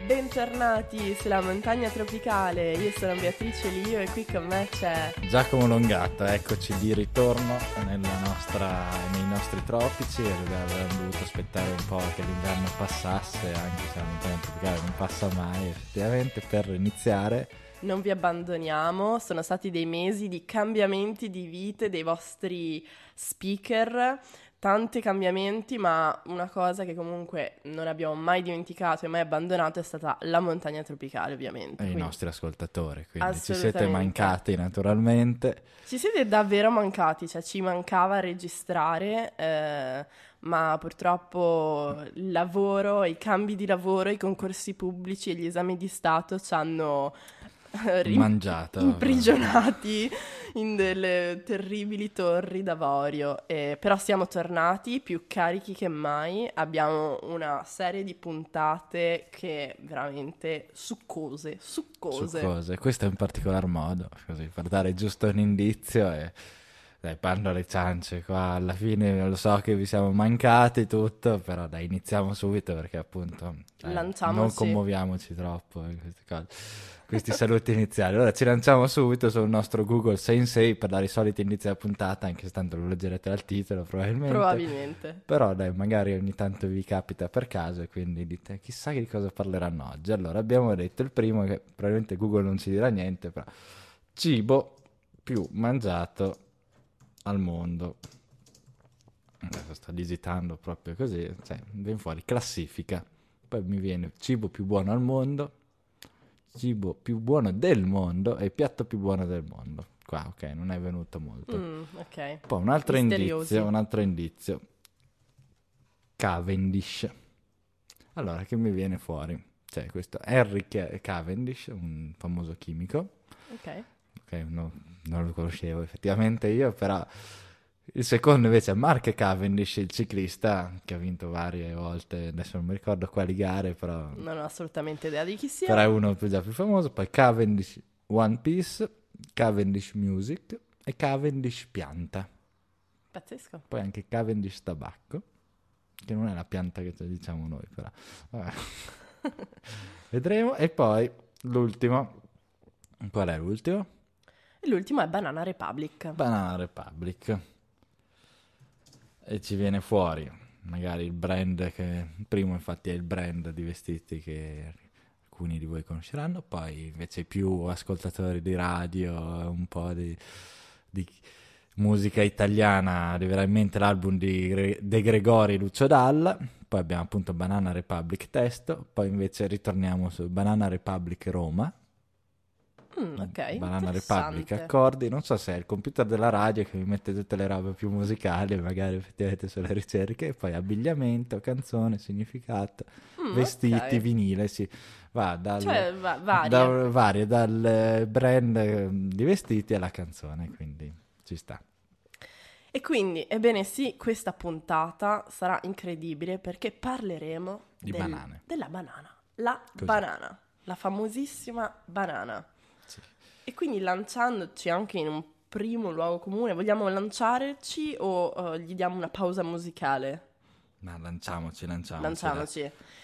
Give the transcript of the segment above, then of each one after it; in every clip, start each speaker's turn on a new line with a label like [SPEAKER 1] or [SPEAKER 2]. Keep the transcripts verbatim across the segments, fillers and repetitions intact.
[SPEAKER 1] Bentornati sulla montagna tropicale, io sono Beatrice Lio e qui con me c'è
[SPEAKER 2] Giacomo Longato, eccoci di ritorno nella nostra, nei nostri tropici. Avremmo dovuto aspettare un po' che l'inverno passasse, anche se la montagna tropicale non passa mai effettivamente, per iniziare.
[SPEAKER 1] Non vi abbandoniamo, sono stati dei mesi di cambiamenti di vite dei vostri speaker, tanti cambiamenti, ma una cosa che comunque non abbiamo mai dimenticato e mai abbandonato è stata la montagna tropicale, ovviamente.
[SPEAKER 2] E
[SPEAKER 1] Quindi,
[SPEAKER 2] i nostri ascoltatori, quindi ci siete
[SPEAKER 1] assolutamente.
[SPEAKER 2] mancati naturalmente.
[SPEAKER 1] Ci siete davvero mancati, cioè ci mancava registrare, eh, ma purtroppo il lavoro, i cambi di lavoro, i concorsi pubblici e gli esami di Stato ci hanno eh, rim-
[SPEAKER 2] Mangiato.
[SPEAKER 1] imprigionati in delle terribili torri d'avorio. Eh, però siamo tornati più carichi che mai, abbiamo una serie di puntate che veramente succose, succose.
[SPEAKER 2] Su cose, questo in particolar modo, così per dare giusto un indizio e dai, bando alle ciance qua, alla fine lo so che vi siamo mancati tutto, però dai, iniziamo subito perché appunto dai,
[SPEAKER 1] Lanciamoci.
[SPEAKER 2] non commuoviamoci troppo in queste cose, questi saluti iniziali. Allora ci lanciamo subito sul nostro Google Sensei per dare i soliti inizi della puntata, anche se tanto lo leggerete dal titolo probabilmente.
[SPEAKER 1] Probabilmente.
[SPEAKER 2] Però dai, magari ogni tanto vi capita per caso e quindi dite chissà di cosa parleranno oggi. Allora abbiamo detto il primo, che probabilmente Google non ci dirà niente, però cibo più mangiato al mondo. Adesso sto digitando proprio così, cioè viene fuori classifica, poi mi viene cibo più buono al mondo, cibo più buono del mondo e piatto più buono del mondo. Qua ok, non è venuto molto.
[SPEAKER 1] Mm, ok.
[SPEAKER 2] Poi un altro
[SPEAKER 1] Misteriosi.
[SPEAKER 2] indizio, un altro indizio. Cavendish. Allora, che mi viene fuori? C'è questo Henry Cavendish, un famoso chimico.
[SPEAKER 1] Ok.
[SPEAKER 2] Ok, no, non lo conoscevo effettivamente io, però il secondo invece è Mark Cavendish, il ciclista che ha vinto varie volte, adesso non mi ricordo quali gare, però,
[SPEAKER 1] Non ho assolutamente idea di chi sia.
[SPEAKER 2] però è uno più, già più famoso. Poi Cavendish One Piece, Cavendish Music e Cavendish Pianta.
[SPEAKER 1] Pazzesco.
[SPEAKER 2] Poi anche Cavendish Tabacco, che non è la pianta che diciamo noi, però vabbè. Vedremo. E poi l'ultimo, qual è l'ultimo?
[SPEAKER 1] E l'ultimo è Banana Republic.
[SPEAKER 2] Banana Republic. E ci viene fuori magari il brand che il primo infatti è il brand di vestiti che alcuni di voi conosceranno, poi invece i più ascoltatori di radio, un po' di, di musica italiana, arriverà in mente l'album di Gre- De Gregori Lucio Dalla. Poi abbiamo appunto Banana Republic Testo, poi invece ritorniamo su Banana Republic Roma.
[SPEAKER 1] Mm, ok.
[SPEAKER 2] Banana
[SPEAKER 1] interessante.
[SPEAKER 2] Republic accordi, non so se è il computer della radio che mi mette tutte le robe più musicali, magari effettivamente sulle ricerche, e poi abbigliamento, canzone, significato,
[SPEAKER 1] Mm,
[SPEAKER 2] vestiti,
[SPEAKER 1] ok.
[SPEAKER 2] vinile, sì, va dal,
[SPEAKER 1] Cioè, va- varie.
[SPEAKER 2] da, varie, dal eh, brand eh, di vestiti alla canzone, quindi ci sta.
[SPEAKER 1] E quindi, ebbene sì, questa puntata sarà incredibile perché parleremo
[SPEAKER 2] Di
[SPEAKER 1] del-
[SPEAKER 2] banane.
[SPEAKER 1] della banana. La
[SPEAKER 2] Così.
[SPEAKER 1] banana. La famosissima banana.
[SPEAKER 2] Sì.
[SPEAKER 1] E quindi lanciandoci anche in un primo luogo comune, vogliamo lanciarci o eh, gli diamo una pausa musicale?
[SPEAKER 2] Ma lanciamoci, lanciamoci.
[SPEAKER 1] Lanciamoci.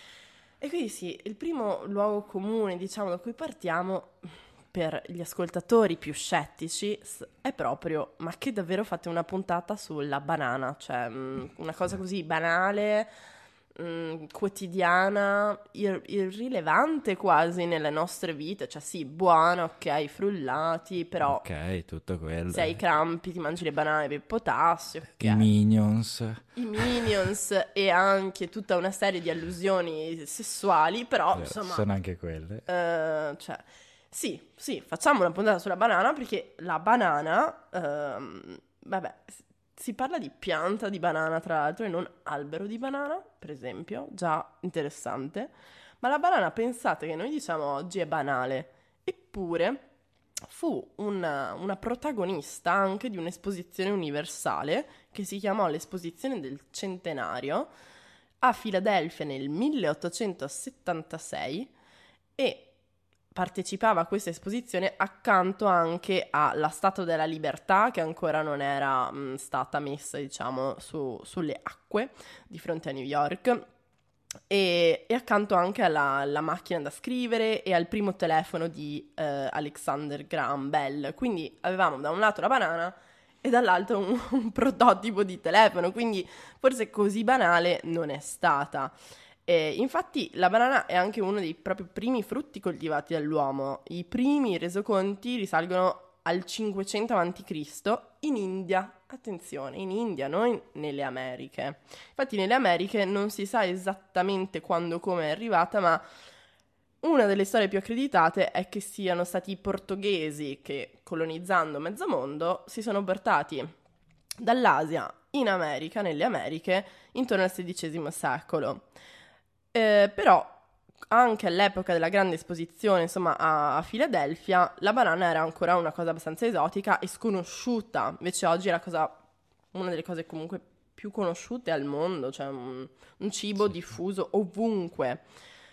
[SPEAKER 1] E quindi sì, il primo luogo comune, diciamo, da cui partiamo per gli ascoltatori più scettici s- è proprio, ma che davvero fate una puntata sulla banana? Cioè, mh, una cosa così banale, mh, quotidiana, ir- irrilevante quasi nelle nostre vite. Cioè sì, buona, ok, frullati, però
[SPEAKER 2] Ok, tutto quello.
[SPEAKER 1] se hai crampi ti mangi le banane per potassio, ok.
[SPEAKER 2] I Minions.
[SPEAKER 1] I Minions e anche tutta una serie di allusioni sessuali, però
[SPEAKER 2] Eh,
[SPEAKER 1] insomma,
[SPEAKER 2] sono anche quelle.
[SPEAKER 1] eh, cioè, sì, sì, facciamo una puntata sulla banana perché la banana, ehm, vabbè, s- si parla di pianta di banana tra l'altro e non albero di banana, per esempio, già interessante, ma la banana pensate che noi diciamo oggi è banale, eppure fu una, una protagonista anche di un'esposizione universale che si chiamò l'Esposizione del Centenario a Filadelfia nel milleottocentosettantasei e partecipava a questa esposizione accanto anche alla Statua della Libertà che ancora non era mh, stata messa, diciamo, su- sulle acque di fronte a New York. e, e accanto anche alla, alla macchina da scrivere e al primo telefono di eh, Alexander Graham Bell. Quindi avevamo da un lato la banana e dall'altro un, un prototipo di telefono, quindi forse così banale non è stata. E infatti la banana è anche uno dei proprio primi frutti coltivati dall'uomo. I primi resoconti risalgono al cinquecento avanti Cristo in India. Attenzione, in India, non nelle Americhe. Infatti nelle Americhe non si sa esattamente quando o come è arrivata, ma una delle storie più accreditate è che siano stati i portoghesi che, colonizzando mezzo mondo, si sono portati dall'Asia in America, nelle Americhe, intorno al sedicesimo secolo. Eh, però anche all'epoca della grande esposizione, insomma, a, a Filadelfia, la banana era ancora una cosa abbastanza esotica e sconosciuta. Invece oggi è la cosa, una delle cose comunque più conosciute al mondo, cioè un, un cibo
[SPEAKER 2] Sì.
[SPEAKER 1] diffuso ovunque.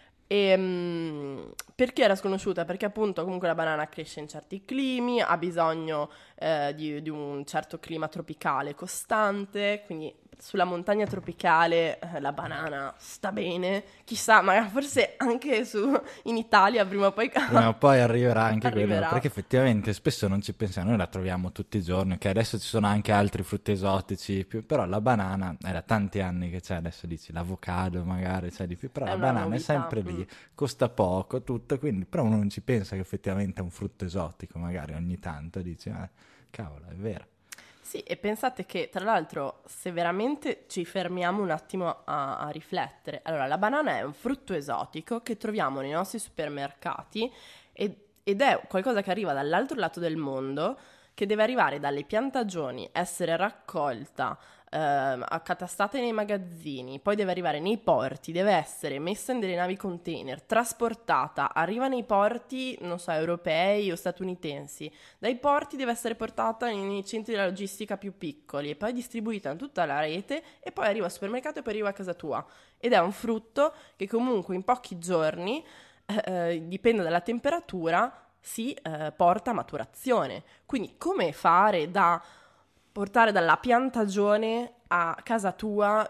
[SPEAKER 1] E, mh, perché era sconosciuta? Perché appunto comunque la banana cresce in certi climi, ha bisogno eh, di, di un certo clima tropicale costante, quindi sulla montagna tropicale eh, la banana sta bene, chissà, magari forse anche su, in Italia prima o poi
[SPEAKER 2] Prima o poi arriverà anche
[SPEAKER 1] arriverà.
[SPEAKER 2] quello, perché effettivamente spesso non ci pensiamo, noi la troviamo tutti i giorni, che adesso ci sono anche altri frutti esotici, più- però la banana è da tanti anni che c'è, adesso dici l'avocado magari c'è di più, però
[SPEAKER 1] È
[SPEAKER 2] la
[SPEAKER 1] una
[SPEAKER 2] banana è
[SPEAKER 1] novità,
[SPEAKER 2] sempre lì,
[SPEAKER 1] mm.
[SPEAKER 2] costa poco, tutto, quindi però uno non ci pensa che effettivamente è un frutto esotico, magari ogni tanto dici, ah, cavolo, è vero.
[SPEAKER 1] Sì, e pensate che tra l'altro se veramente ci fermiamo un attimo a, a riflettere, allora la banana è un frutto esotico che troviamo nei nostri supermercati ed, ed è qualcosa che arriva dall'altro lato del mondo, che deve arrivare dalle piantagioni, essere raccolta, ehm, accatastata nei magazzini, poi deve arrivare nei porti, deve essere messa in delle navi container, trasportata, arriva nei porti, non so, europei o statunitensi. Dai porti deve essere portata nei, nei centri della logistica più piccoli e poi distribuita in tutta la rete e poi arriva al supermercato e poi arriva a casa tua. Ed è un frutto che comunque in pochi giorni, eh, dipende dalla temperatura, si eh, porta a maturazione. Quindi come fare da portare dalla piantagione a casa tua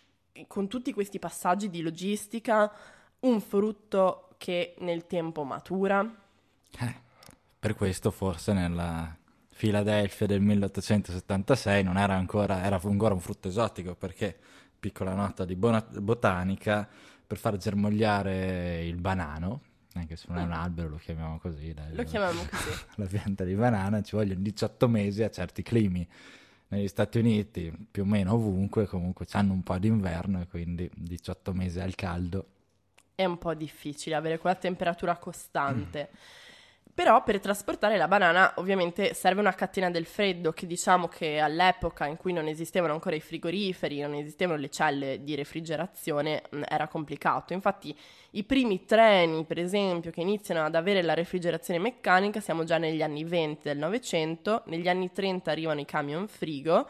[SPEAKER 1] con tutti questi passaggi di logistica un frutto che nel tempo matura?
[SPEAKER 2] Eh, per questo forse nella Filadelfia del milleottocentosettantasei non era ancora, era ancora un frutto esotico, perché, piccola nota di bona- botanica, per far germogliare il banano, anche se non è un albero, lo chiamiamo così, dai,
[SPEAKER 1] Lo chiamiamo così.
[SPEAKER 2] la pianta di banana, ci vogliono diciotto mesi a certi climi. Negli Stati Uniti, più o meno ovunque, comunque hanno un po' d'inverno e quindi diciotto mesi al caldo.
[SPEAKER 1] È un po' difficile avere quella temperatura costante. Però per trasportare la banana ovviamente serve una catena del freddo che diciamo che all'epoca in cui non esistevano ancora i frigoriferi, non esistevano le celle di refrigerazione, mh, era complicato. Infatti i primi treni, per esempio, che iniziano ad avere la refrigerazione meccanica, siamo già negli anni venti del Novecento, negli anni trenta arrivano i camion frigo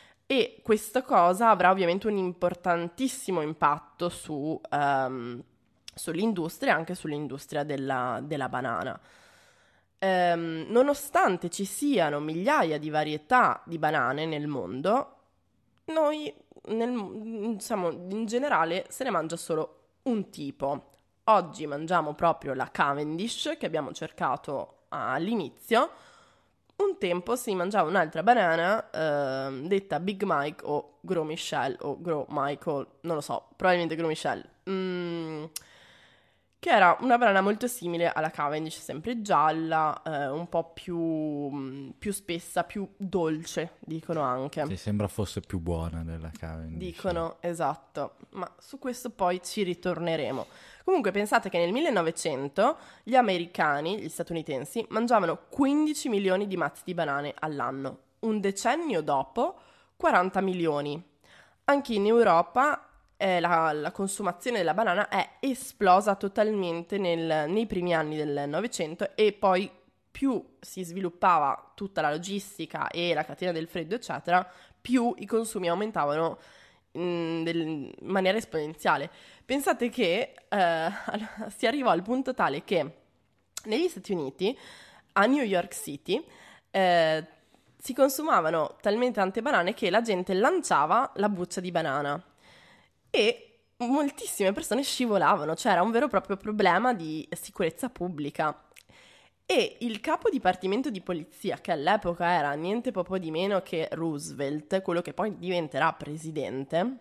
[SPEAKER 1] e questa cosa avrà ovviamente un importantissimo impatto su, ehm, sull'industria e anche sull'industria della, della banana. Ehm, nonostante ci siano migliaia di varietà di banane nel mondo, noi nel- diciamo, in generale se ne mangia solo un tipo. Oggi mangiamo proprio la Cavendish che abbiamo cercato all'inizio. Un tempo si mangiava un'altra banana ehm, detta Big Mike o Gros Michel o Gros Michael, non lo so, probabilmente Gros Michel. Mm, che era una banana molto simile alla Cavendish, sempre gialla, eh, un po' più, mh, più spessa, più dolce, dicono anche.
[SPEAKER 2] Sì, sembra fosse più buona della Cavendish.
[SPEAKER 1] Dicono, esatto, ma su questo poi ci ritorneremo. Comunque pensate che nel millenovecento gli americani, gli statunitensi, mangiavano quindici milioni di mazzi di banane all'anno. Un decennio dopo, quaranta milioni. Anche in Europa eh, la, la consumazione della banana è esplosa totalmente nel- nei primi anni del Novecento e poi più si sviluppava tutta la logistica e la catena del freddo, eccetera, più i consumi aumentavano in, del- in maniera esponenziale. Pensate che eh, si arrivò al punto tale che negli Stati Uniti, a New York City, eh, si consumavano talmente tante banane che la gente lanciava la buccia di banana. E moltissime persone scivolavano, c'era un vero e proprio problema di sicurezza pubblica. E il capo dipartimento di polizia, che all'epoca era niente poco di meno che Roosevelt, quello che poi diventerà presidente,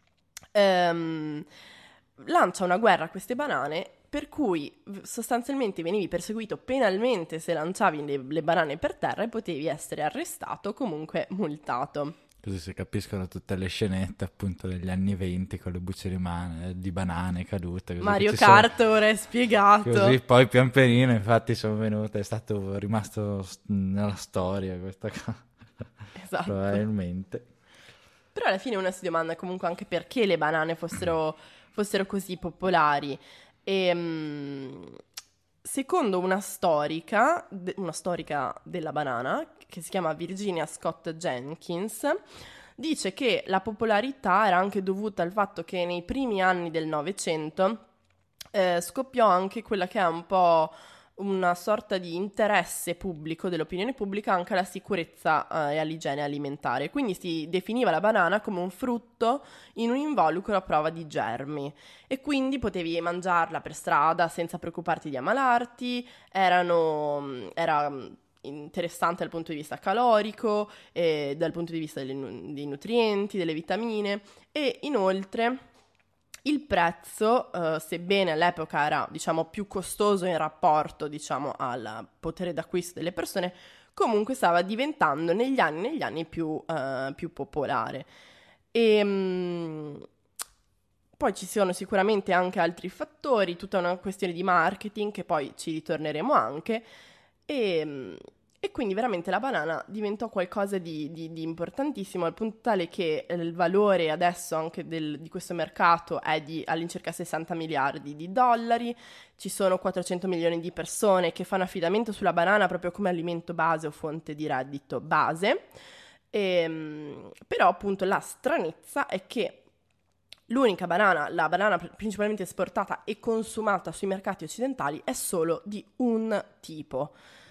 [SPEAKER 1] ehm, lancia una guerra a queste banane, per cui sostanzialmente venivi perseguito penalmente se lanciavi le, le banane per terra e potevi essere arrestato o comunque multato.
[SPEAKER 2] Così si capiscono tutte le scenette appunto degli anni venti con le bucce di, man- di banane cadute. Così
[SPEAKER 1] Mario
[SPEAKER 2] ci
[SPEAKER 1] Kart
[SPEAKER 2] sono...
[SPEAKER 1] ora è spiegato.
[SPEAKER 2] Così poi pian pianino infatti sono venute, è stato rimasto nella storia questa cosa.
[SPEAKER 1] Esatto.
[SPEAKER 2] Probabilmente.
[SPEAKER 1] Però alla fine uno si domanda comunque anche perché le banane fossero, fossero così popolari. E, mh, secondo una storica, de- una storica della banana, che si chiama Virginia Scott Jenkins, dice che la popolarità era anche dovuta al fatto che nei primi anni del Novecento eh, scoppiò anche quella che è un po' una sorta di interesse pubblico dell'opinione pubblica anche alla sicurezza eh, e all'igiene alimentare. Quindi si definiva la banana come un frutto in un involucro a prova di germi e quindi potevi mangiarla per strada senza preoccuparti di ammalarti, erano, era interessante dal punto di vista calorico, e dal punto di vista delle, dei nutrienti, delle vitamine e inoltre il prezzo, eh, sebbene all'epoca era, diciamo, più costoso in rapporto, diciamo, al potere d'acquisto delle persone, comunque stava diventando negli anni, negli anni più, eh, più popolare. E mh, poi ci sono sicuramente anche altri fattori, tutta una questione di marketing, che poi ci ritorneremo anche, e... Mh, E quindi veramente la banana diventò qualcosa di, di, di importantissimo, al punto tale che il valore adesso anche del, di questo mercato è di all'incirca sessanta miliardi di dollari, ci sono quattrocento milioni di persone che fanno affidamento sulla banana proprio come alimento base o fonte di reddito base, e, però appunto la stranezza è che l'unica banana, la banana principalmente esportata e consumata sui mercati occidentali è solo di un tipo.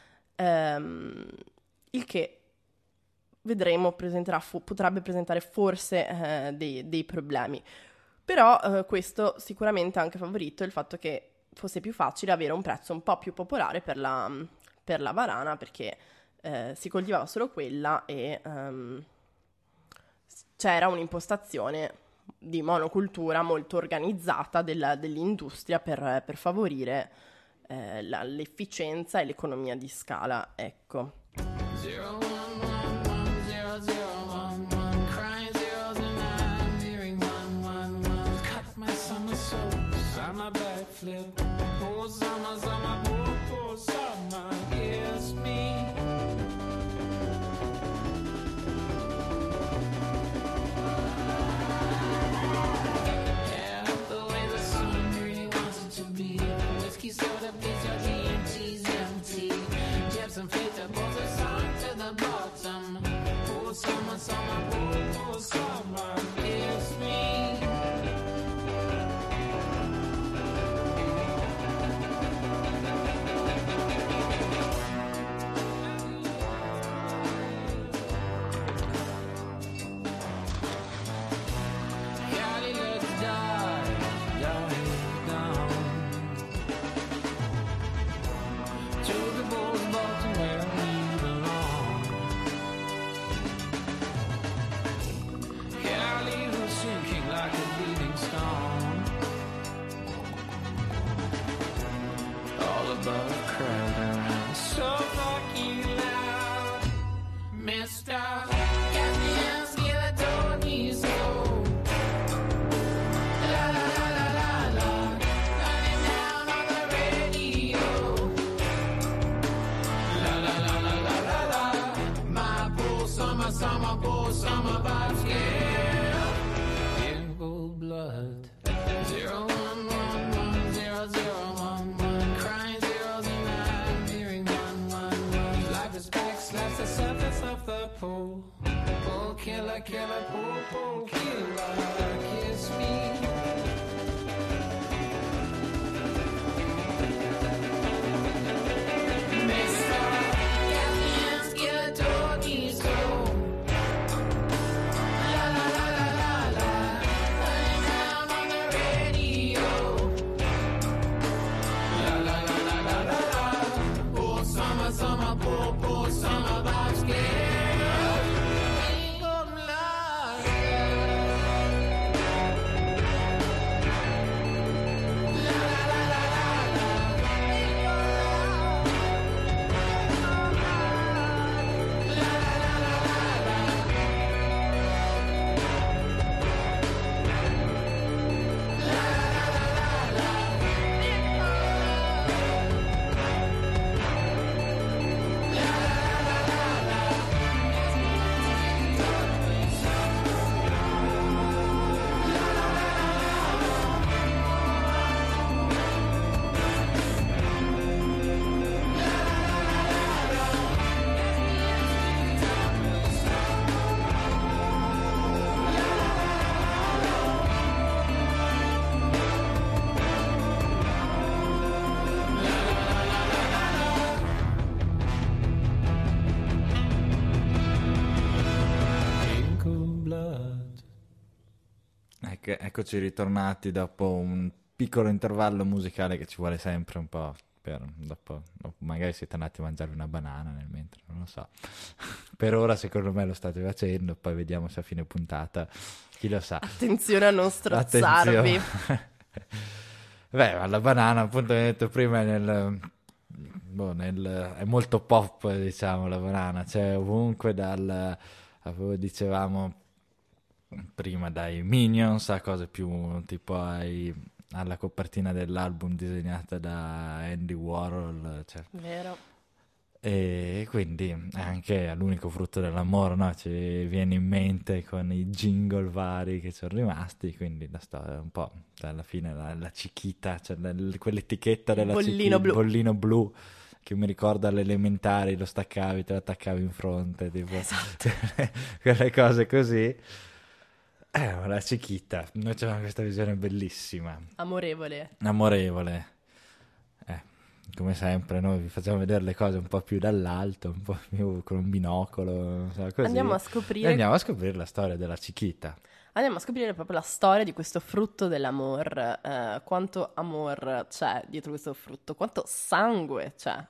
[SPEAKER 1] Um, il che vedremo presenterà fu- potrebbe presentare forse eh, dei, dei problemi, però eh, questo sicuramente ha anche favorito il fatto che fosse più facile avere un prezzo un po' più popolare per la, per la banana, perché eh, si coltivava solo quella e um, c'era un'impostazione di monocultura molto organizzata della, dell'industria per, per favorire Eh, la, l'efficienza e l'economia di scala, ecco. Zero, one, one, one, zero, zero, one, one, crying zeros and I'm hearing one, one, one. Cut my somersaults on my backflip. Oh, summer, summer, oh, oh, summer, kiss me. Yeah, the way the sun really wants it to be. Whiskey soda, please, your G M T's empty. Jabs and vegetables, a song to the bottom. Oh, summer, summer, oh, oh, summer, kiss me. Cali, let's die, die, down. To the bulls, Bolton, where we belong. Cali was sinking like a bleeding stone. All above, crowd around, so fucking loud. Mister Captain Skeleton, so. La la la la la la, running down on the radio. La la la la la la la, my poor summer, summer, poor summer vibes, yeah. In cold blood. Zero one one one zero zero one one, crying zeros and I'm hearing one one one. Life is back, slaps the surface of the pool. Oh, killer, killer, pool, pool, killer, kiss me. La la la la la la, running down on the
[SPEAKER 2] ec- eccoci ritornati dopo un piccolo intervallo musicale che ci vuole sempre un po' per dopo, dopo magari siete andati a mangiarvi una banana nel mentre, non lo so. Per ora secondo me lo state facendo, poi vediamo se a fine puntata, chi lo sa.
[SPEAKER 1] Attenzione a non strozzarvi.
[SPEAKER 2] Attenzione. Beh, ma la banana, appunto, come detto prima, è nel, boh, nel, è molto pop, diciamo, la banana, cioè ovunque dal, dicevamo prima, dai Minions a cose più tipo ai, alla copertina dell'album disegnata da Andy Warhol, cioè.
[SPEAKER 1] Vero.
[SPEAKER 2] E quindi anche l'unico frutto dell'amore, no? Ci viene in mente con i jingle vari che sono rimasti, quindi la storia è un po', cioè alla fine la, la Chiquita, cioè la- quell'etichetta della
[SPEAKER 1] Bollino
[SPEAKER 2] Chiquita,
[SPEAKER 1] blu.
[SPEAKER 2] bollino blu, che mi ricorda alle elementari, lo staccavi, te lo attaccavi in fronte, tipo
[SPEAKER 1] Esatto.
[SPEAKER 2] quelle cose così. Eh, ma la Chiquita, noi c'avevamo questa visione bellissima,
[SPEAKER 1] Amorevole.
[SPEAKER 2] amorevole. Eh, come sempre, noi vi facciamo vedere le cose un po' più dall'alto, un po' più con un binocolo, non so, così.
[SPEAKER 1] Andiamo a
[SPEAKER 2] E
[SPEAKER 1] scoprire
[SPEAKER 2] andiamo a scoprire la storia della Chiquita.
[SPEAKER 1] Andiamo a scoprire proprio la storia di questo frutto dell'amor, eh, quanto amor c'è dietro questo frutto, quanto sangue c'è.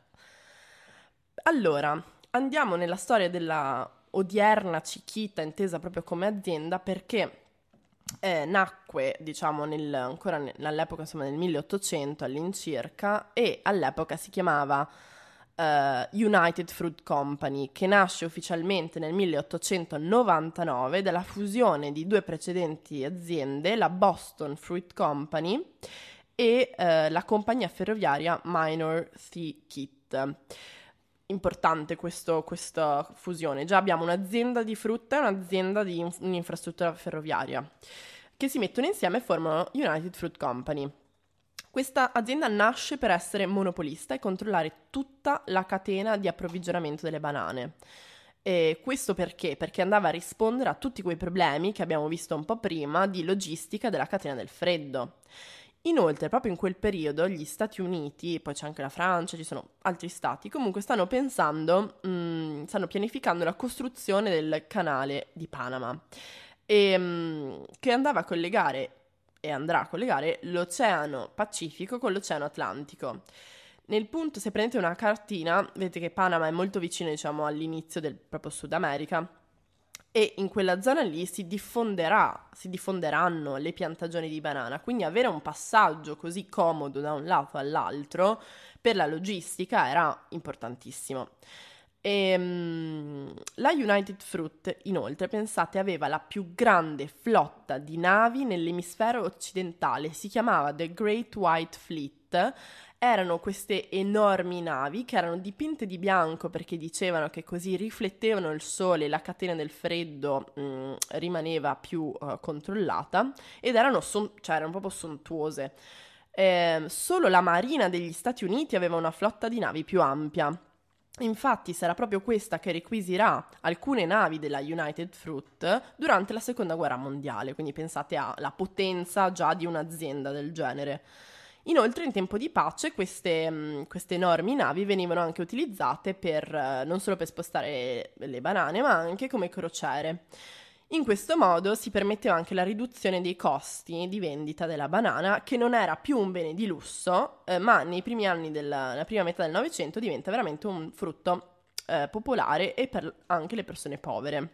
[SPEAKER 1] Allora, andiamo nella storia della odierna Chiquita, intesa proprio come azienda, perché eh, nacque, diciamo, nel- ancora ne- all'epoca, insomma, nel milleottocento all'incirca, e all'epoca si chiamava eh, United Fruit Company, che nasce ufficialmente nel milleottocentonovantanove dalla fusione di due precedenti aziende, la Boston Fruit Company e eh, la compagnia ferroviaria Minor Thicket. Importante questo- questa fusione. Già abbiamo un'azienda di frutta e un'azienda di inf- un'infrastruttura ferroviaria che si mettono insieme e formano United Fruit Company. Questa azienda nasce per essere monopolista e controllare tutta la catena di approvvigionamento delle banane. E questo perché? Perché andava a rispondere a tutti quei problemi che abbiamo visto un po' prima di logistica della catena del freddo. Inoltre, proprio in quel periodo, gli Stati Uniti, poi c'è anche la Francia, ci sono altri stati, comunque stanno pensando, mh, stanno pianificando la costruzione del canale di Panama, e, mh, che andava a collegare e andrà a collegare l'Oceano Pacifico con l'Oceano Atlantico. Nel punto, se prendete una cartina, vedete che Panama è molto vicino, diciamo, all'inizio del proprio Sud America, e in quella zona lì si diffonderà, si diffonderanno le piantagioni di banana, quindi avere un passaggio così comodo da un lato all'altro per la logistica era importantissimo. E, mm, la United Fruit, inoltre, pensate, aveva la più grande flotta di navi nell'emisfero occidentale, si chiamava The Great White Fleet. Erano queste enormi navi che erano dipinte di bianco perché dicevano che così riflettevano il sole e la catena del freddo mh, rimaneva più uh, controllata, ed erano, son- cioè, erano proprio sontuose. Eh, solo la Marina degli Stati Uniti aveva una flotta di navi più ampia. Infatti sarà proprio questa che requisirà alcune navi della United Fruit durante la Seconda Guerra Mondiale, quindi pensate alla potenza già di un'azienda del genere. Inoltre, in tempo di pace, queste, mh, queste enormi navi venivano anche utilizzate per, eh, non solo per spostare le banane, ma anche come crociere. In questo modo si permetteva anche la riduzione dei costi di vendita della banana, che non era più un bene di lusso, eh, ma nei primi anni della, nella prima metà del Novecento diventa veramente un frutto eh, popolare e per anche le persone povere.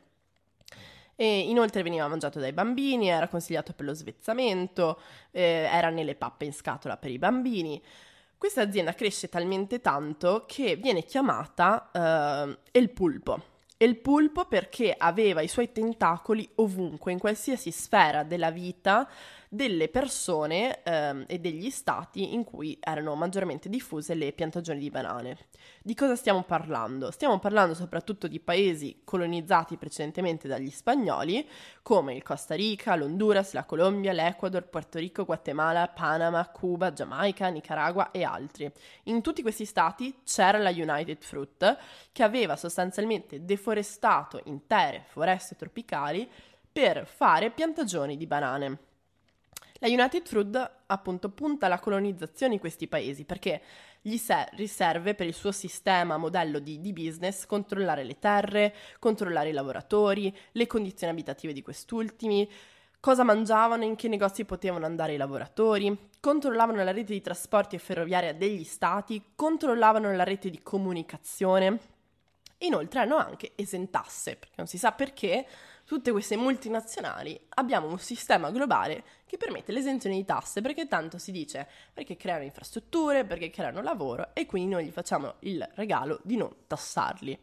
[SPEAKER 1] E inoltre veniva mangiato dai bambini, era consigliato per lo svezzamento, eh, era nelle pappe in scatola per i bambini. Questa azienda cresce talmente tanto che viene chiamata eh, El Pulpo. El Pulpo perché aveva i suoi tentacoli ovunque, in qualsiasi sfera della vita delle persone ehm, e degli stati in cui erano maggiormente diffuse le piantagioni di banane. Di cosa stiamo parlando? Stiamo parlando soprattutto di paesi colonizzati precedentemente dagli spagnoli, come il Costa Rica, l'Honduras, la Colombia, l'Ecuador, Porto Rico, Guatemala, Panama, Cuba, Giamaica, Nicaragua e altri. In tutti questi stati c'era la United Fruit, che aveva sostanzialmente deforestato intere foreste tropicali per fare piantagioni di banane. La United Fruit appunto punta alla colonizzazione di questi paesi perché gli se- riserve per il suo sistema modello di, di business controllare le terre, controllare i lavoratori, le condizioni abitative di quest'ultimi, cosa mangiavano, in che negozi potevano andare i lavoratori, controllavano la rete di trasporti e ferroviaria degli stati, controllavano la rete di comunicazione. Inoltre hanno anche esentasse, perché non si sa perché tutte queste multinazionali abbiamo un sistema globale che permette l'esenzione di tasse, perché tanto si dice perché creano infrastrutture, perché creano lavoro e quindi noi gli facciamo il regalo di non tassarli.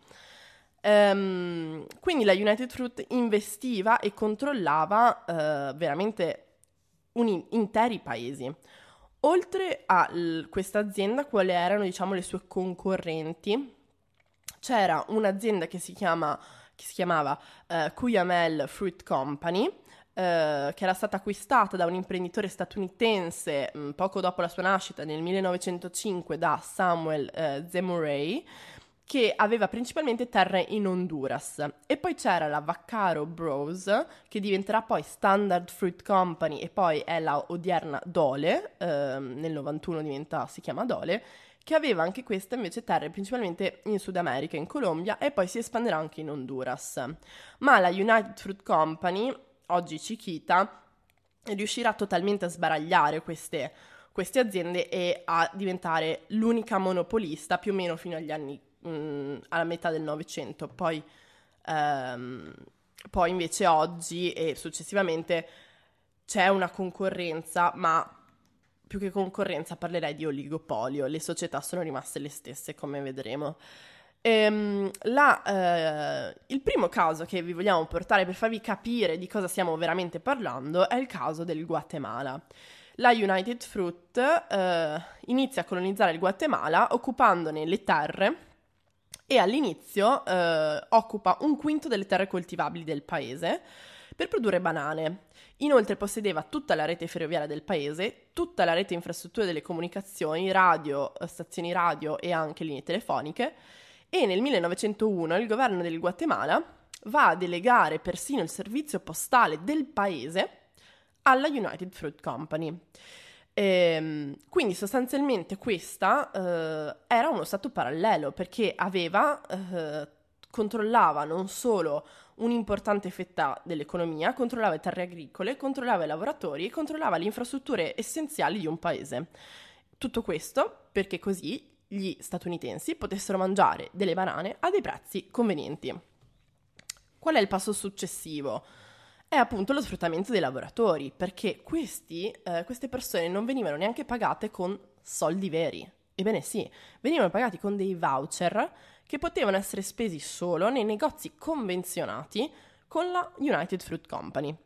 [SPEAKER 1] Um, quindi la United Fruit investiva e controllava uh, veramente un, interi paesi. Oltre a l- questa azienda, quali erano, diciamo, le sue concorrenti? C'era un'azienda che si chiama, che si chiamava uh, Cuyamel Fruit Company, uh, che era stata acquistata da un imprenditore statunitense mh, poco dopo la sua nascita, nel millenovecentocinque, da Samuel uh, Zemurray, che aveva principalmente terre in Honduras. E poi c'era la Vaccaro Bros, che diventerà poi Standard Fruit Company e poi è la odierna Dole, ehm, nel novantuno diventa, si chiama Dole, che aveva anche questa invece terre principalmente in Sud America, in Colombia, e poi si espanderà anche in Honduras. Ma la United Fruit Company, oggi Chiquita, riuscirà totalmente a sbaragliare queste, queste aziende e a diventare l'unica monopolista più o meno fino agli anni alla metà del Novecento. Poi, ehm, poi invece oggi e successivamente c'è una concorrenza, ma più che concorrenza parlerei di oligopolio. Le società sono rimaste le stesse, come vedremo. Ehm, la, eh, il primo caso che vi vogliamo portare per farvi capire di cosa stiamo veramente parlando è il caso del Guatemala. La United Fruit eh, inizia a colonizzare il Guatemala occupandone le terre e all'inizio eh, occupa un quinto delle terre coltivabili del paese per produrre banane. Inoltre possedeva tutta la rete ferroviaria del paese, tutta la rete infrastrutture delle comunicazioni, radio, stazioni radio e anche linee telefoniche, e nel millenovecentouno il governo del Guatemala va a delegare persino il servizio postale del paese alla United Fruit Company. Ehm, quindi sostanzialmente questa eh, era uno stato parallelo, perché aveva, eh, controllava non solo un'importante fetta dell'economia, controllava le terre agricole, controllava i lavoratori e controllava le infrastrutture essenziali di un paese. Tutto questo perché così gli statunitensi potessero mangiare delle banane a dei prezzi convenienti. Qual è il passo successivo? È appunto lo sfruttamento dei lavoratori, perché questi, eh, queste persone non venivano neanche pagate con soldi veri. Ebbene sì, venivano pagati con dei voucher che potevano essere spesi solo nei negozi convenzionati con la United Fruit Company.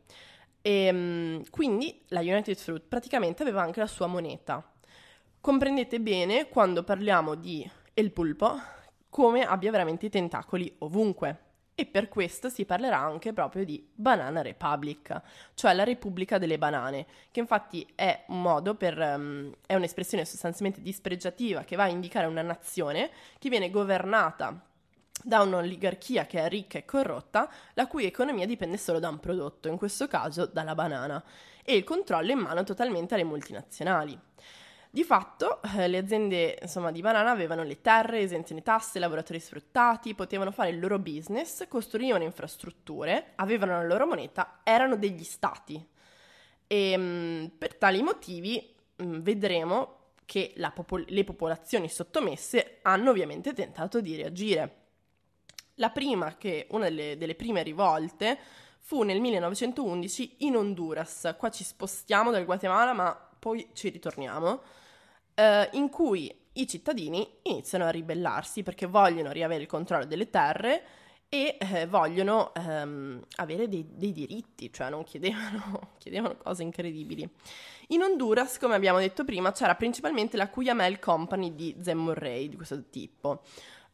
[SPEAKER 1] E quindi la United Fruit praticamente aveva anche la sua moneta. Comprendete bene, quando parliamo di El Pulpo, come abbia veramente i tentacoli ovunque. E per questo si parlerà anche proprio di Banana Republic, cioè la Repubblica delle Banane, che infatti è un modo per, um, è un'espressione sostanzialmente dispregiativa che va a indicare una nazione che viene governata da un'oligarchia che è ricca e corrotta, la cui economia dipende solo da un prodotto, in questo caso dalla banana, e il controllo è in mano totalmente alle multinazionali. Di fatto eh, le aziende, insomma, di banana avevano le terre, esenzioni tasse, lavoratori sfruttati, potevano fare il loro business, costruivano infrastrutture, avevano la loro moneta, erano degli stati. E mh, per tali motivi mh, vedremo che la popol- le popolazioni sottomesse hanno ovviamente tentato di reagire. La prima, che una delle, delle prime rivolte, fu nel millenovecentoundici in Honduras. Qua ci spostiamo dal Guatemala, ma poi ci ritorniamo. Uh, in cui i cittadini iniziano a ribellarsi perché vogliono riavere il controllo delle terre e eh, vogliono ehm, avere dei, dei diritti, cioè non chiedevano, chiedevano cose incredibili. In Honduras, come abbiamo detto prima, c'era principalmente la Cuyamel Company di Zemurray, di questo tipo.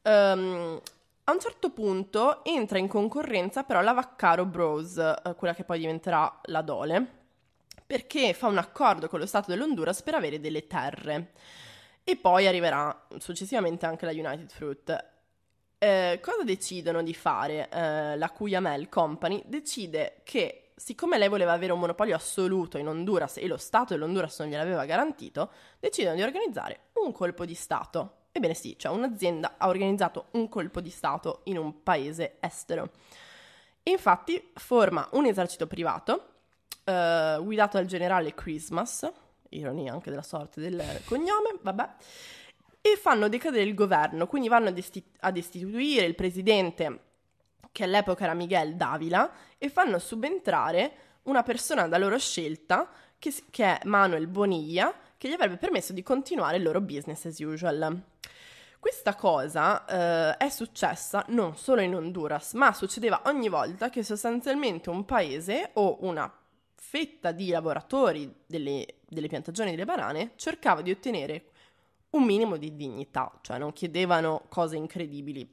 [SPEAKER 1] Um, a un certo punto entra in concorrenza però la Vaccaro Bros, eh, quella che poi diventerà la Dole, perché fa un accordo con lo Stato dell'Honduras per avere delle terre. E poi arriverà successivamente anche la United Fruit. Eh, cosa decidono di fare? Eh, la Cuyamel Company decide che, siccome lei voleva avere un monopolio assoluto in Honduras e lo Stato dell'Honduras non gliel'aveva garantito, decidono di organizzare un colpo di Stato. Ebbene sì, cioè un'azienda ha organizzato un colpo di Stato in un paese estero. Infatti forma un esercito privato eh, guidato dal generale Christmas, ironia anche della sorte del cognome, vabbè, e fanno decadere il governo, quindi vanno a, desti- a destituire il presidente, che all'epoca era Miguel Dávila, e fanno subentrare una persona da loro scelta, che, si- che è Manuel Bonilla, che gli avrebbe permesso di continuare il loro business as usual. Questa cosa eh, è successa non solo in Honduras, ma succedeva ogni volta che sostanzialmente un paese o una fetta di lavoratori delle, delle piantagioni delle banane cercava di ottenere un minimo di dignità, cioè non chiedevano cose incredibili.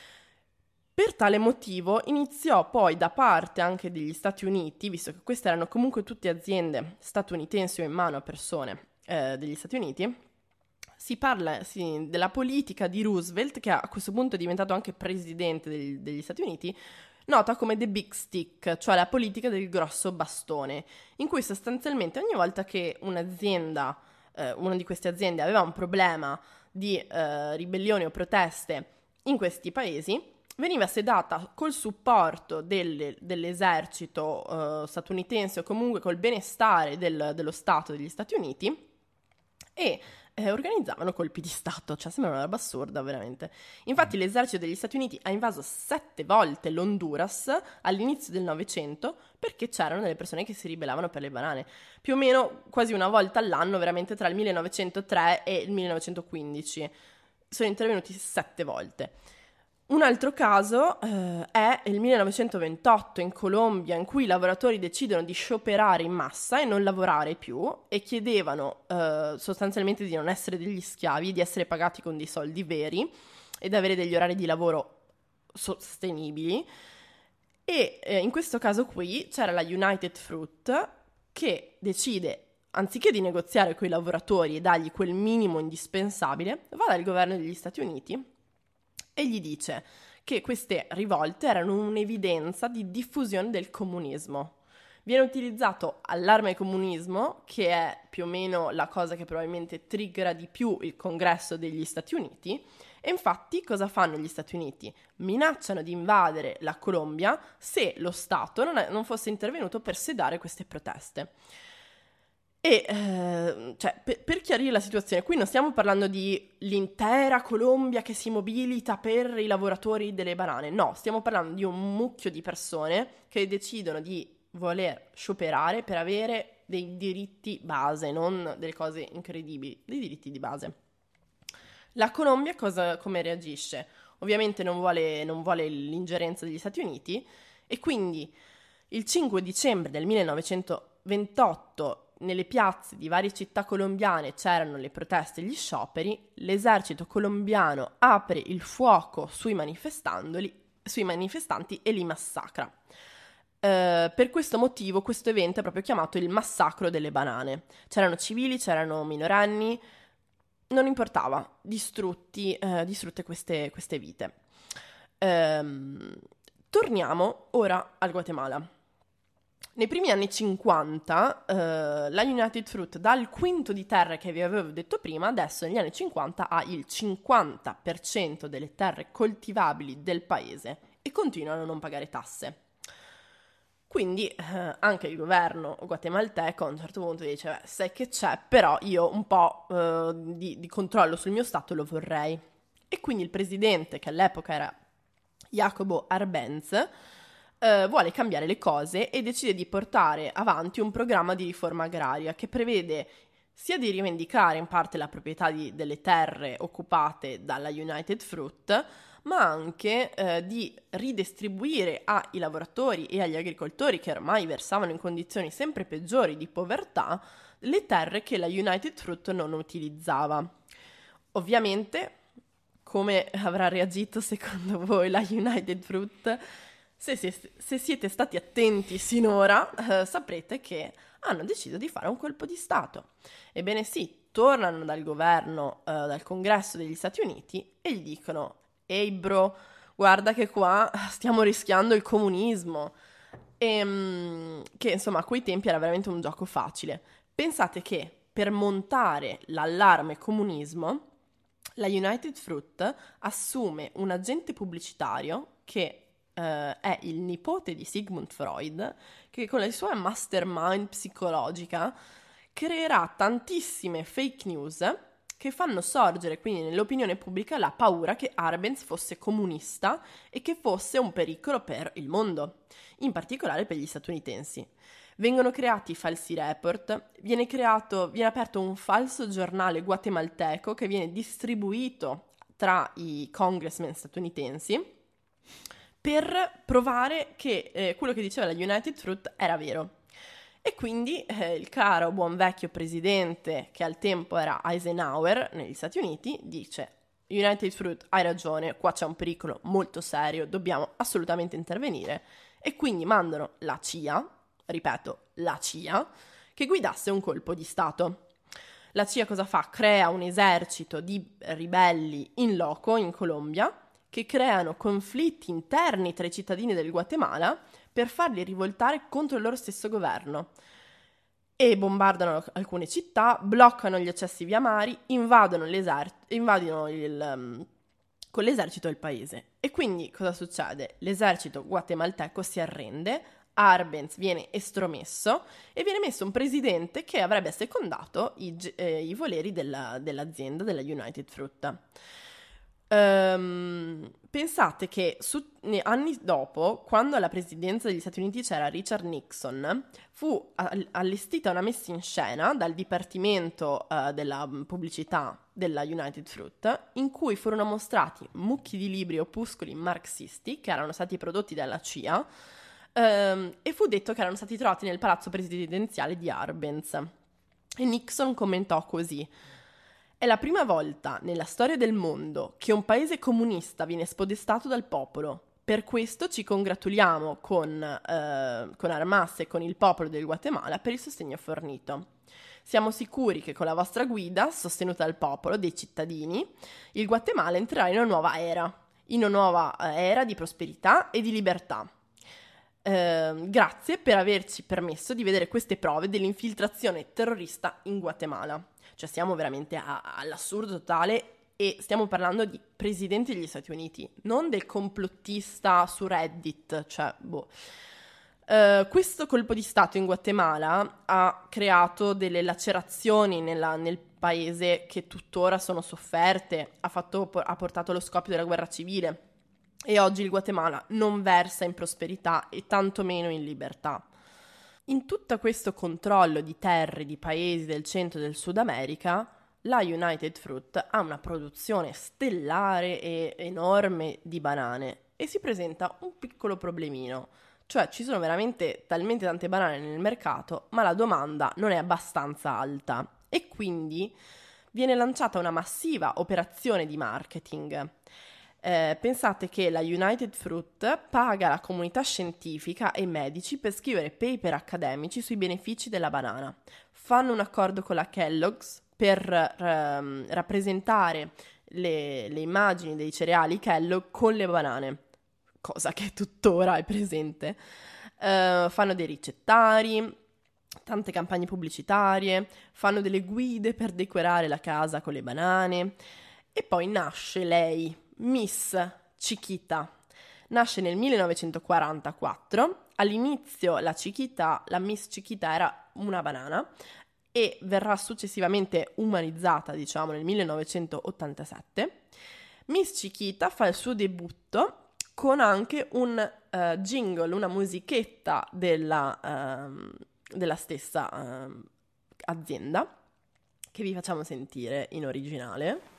[SPEAKER 1] Per tale motivo iniziò poi da parte anche degli Stati Uniti, visto che queste erano comunque tutte aziende statunitensi o in mano a persone eh, degli Stati Uniti, si parla sì, della politica di Roosevelt, che a questo punto è diventato anche presidente degli, degli Stati Uniti, nota come the big stick, cioè la politica del grosso bastone, in cui sostanzialmente ogni volta che un'azienda, eh, una di queste aziende aveva un problema di eh, ribellioni o proteste in questi paesi, veniva sedata col supporto del, dell'esercito eh, statunitense o comunque col benestare del, dello Stato degli Stati Uniti e eh, organizzavano colpi di Stato, cioè sembra una roba assurda veramente. Infatti l'esercito degli Stati Uniti ha invaso sette volte l'Honduras all'inizio del Novecento perché c'erano delle persone che si ribellavano per le banane, più o meno quasi una volta all'anno, veramente tra il millenovecentotre e il millenovecentoquindici. Sono intervenuti sette volte. Un altro caso eh, è il millenovecentoventotto in Colombia, in cui i lavoratori decidono di scioperare in massa e non lavorare più e chiedevano eh, sostanzialmente di non essere degli schiavi, di essere pagati con dei soldi veri ed avere degli orari di lavoro sostenibili. E eh, in questo caso qui c'era la United Fruit che decide, anziché di negoziare con i lavoratori e dargli quel minimo indispensabile, va dal governo degli Stati Uniti e gli dice che queste rivolte erano un'evidenza di diffusione del comunismo. Viene utilizzato allarme comunismo, che è più o meno la cosa che probabilmente triggera di più il congresso degli Stati Uniti, e infatti cosa fanno gli Stati Uniti? Minacciano di invadere la Colombia se lo Stato non, è, non fosse intervenuto per sedare queste proteste. E eh, cioè, per, per chiarire la situazione, qui non stiamo parlando di l'intera Colombia che si mobilita per i lavoratori delle banane, no, stiamo parlando di un mucchio di persone che decidono di voler scioperare per avere dei diritti base, non delle cose incredibili, dei diritti di base. La Colombia cosa, come reagisce? Ovviamente non vuole, non vuole l'ingerenza degli Stati Uniti e quindi il cinque dicembre del millenovecentoventotto nelle piazze di varie città colombiane c'erano le proteste e gli scioperi, l'esercito colombiano apre il fuoco sui sui manifestanti e li massacra. Uh, per questo motivo questo evento è proprio chiamato il massacro delle banane. C'erano civili, c'erano minorenni, non importava, distrutti, uh, distrutte queste, queste vite. Um, torniamo ora al Guatemala. Nei primi anni cinquanta uh, la United Fruit dal quinto di terre che vi avevo detto prima, adesso negli anni cinquanta ha il cinquanta per cento delle terre coltivabili del paese e continuano a non pagare tasse. Quindi eh, anche il governo guatemalteco a un certo punto dice, beh, sai che c'è, però io un po' eh, di, di controllo sul mio stato lo vorrei. E quindi il presidente, che all'epoca era Jacobo Arbenz, eh, vuole cambiare le cose e decide di portare avanti un programma di riforma agraria che prevede sia di rivendicare in parte la proprietà di, delle terre occupate dalla United Fruit, ma anche eh, di ridistribuire ai lavoratori e agli agricoltori che ormai versavano in condizioni sempre peggiori di povertà le terre che la United Fruit non utilizzava. Ovviamente, come avrà reagito secondo voi la United Fruit? Se, se, se siete stati attenti sinora, eh, saprete che hanno deciso di fare un colpo di Stato. Ebbene sì, tornano dal governo, eh, dal congresso degli Stati Uniti e gli dicono: ehi bro, guarda che qua stiamo rischiando il comunismo. E, mh, che insomma a quei tempi era veramente un gioco facile. Pensate che per montare l'allarme comunismo la United Fruit assume un agente pubblicitario che eh, è il nipote di Sigmund Freud, che con la sua mastermind psicologica creerà tantissime fake news che fanno sorgere quindi nell'opinione pubblica la paura che Arbenz fosse comunista e che fosse un pericolo per il mondo, in particolare per gli statunitensi. Vengono creati falsi report, viene creato, viene aperto un falso giornale guatemalteco che viene distribuito tra i congressmen statunitensi per provare che eh, quello che diceva la United Fruit era vero. E quindi eh, il caro buon vecchio presidente, che al tempo era Eisenhower negli Stati Uniti, dice: United Fruit, hai ragione, qua c'è un pericolo molto serio, dobbiamo assolutamente intervenire. E quindi mandano la C I A, ripeto, la C I A, che guidasse un colpo di Stato. La C I A cosa fa? Crea un esercito di ribelli in loco in Colombia che creano conflitti interni tra i cittadini del Guatemala per farli rivoltare contro il loro stesso governo. E bombardano alcune città, bloccano gli accessi via mari, invadono, l'esercito, invadono il, um, con l'esercito il paese. E quindi cosa succede? L'esercito guatemalteco si arrende, Arbenz viene estromesso e viene messo un presidente che avrebbe secondato i, eh, i voleri della, dell'azienda, della United Fruit. Um, pensate che su, anni dopo, quando alla presidenza degli Stati Uniti c'era Richard Nixon, fu allestita una messa in scena dal Dipartimento uh, della Pubblicità della United Fruit, in cui furono mostrati mucchi di libri opuscoli marxisti che erano stati prodotti dalla C I A, um, e fu detto che erano stati trovati nel palazzo presidenziale di Arbenz. E Nixon commentò così: è la prima volta nella storia del mondo che un paese comunista viene spodestato dal popolo. Per questo ci congratuliamo con, eh, con Armas e con il popolo del Guatemala per il sostegno fornito. Siamo sicuri che con la vostra guida, sostenuta dal popolo, dei cittadini, il Guatemala entrerà in una nuova era, in una nuova era di prosperità e di libertà. Eh, grazie per averci permesso di vedere queste prove dell'infiltrazione terrorista in Guatemala. Cioè siamo veramente a, all'assurdo totale e stiamo parlando di presidenti degli Stati Uniti, non del complottista su Reddit, cioè boh. Uh, questo colpo di Stato in Guatemala ha creato delle lacerazioni nella, nel paese che tuttora sono sofferte, ha, fatto, ha portato allo scoppio della guerra civile e oggi il Guatemala non versa in prosperità e tantomeno in libertà. In tutto questo controllo di terre di paesi del centro e del Sud America, la United Fruit ha una produzione stellare e enorme di banane e si presenta un piccolo problemino, cioè ci sono veramente talmente tante banane nel mercato, ma la domanda non è abbastanza alta e quindi viene lanciata una massiva operazione di marketing. Eh, pensate che la United Fruit paga la comunità scientifica e medici per scrivere paper accademici sui benefici della banana. Fanno un accordo con la Kellogg's per ehm, rappresentare le, le immagini dei cereali Kellogg con le banane, cosa che tuttora è presente. Eh, fanno dei ricettari, tante campagne pubblicitarie, fanno delle guide per decorare la casa con le banane e poi nasce lei, Miss Chiquita. Nasce nel millenovecentoquarantaquattro. All'inizio la Chiquita, la Miss Chiquita era una banana e verrà successivamente umanizzata, diciamo, nel millenovecentottantasette. Miss Chiquita fa il suo debutto con anche un uh, jingle, una musichetta della, uh, della stessa uh, azienda che vi facciamo sentire in originale.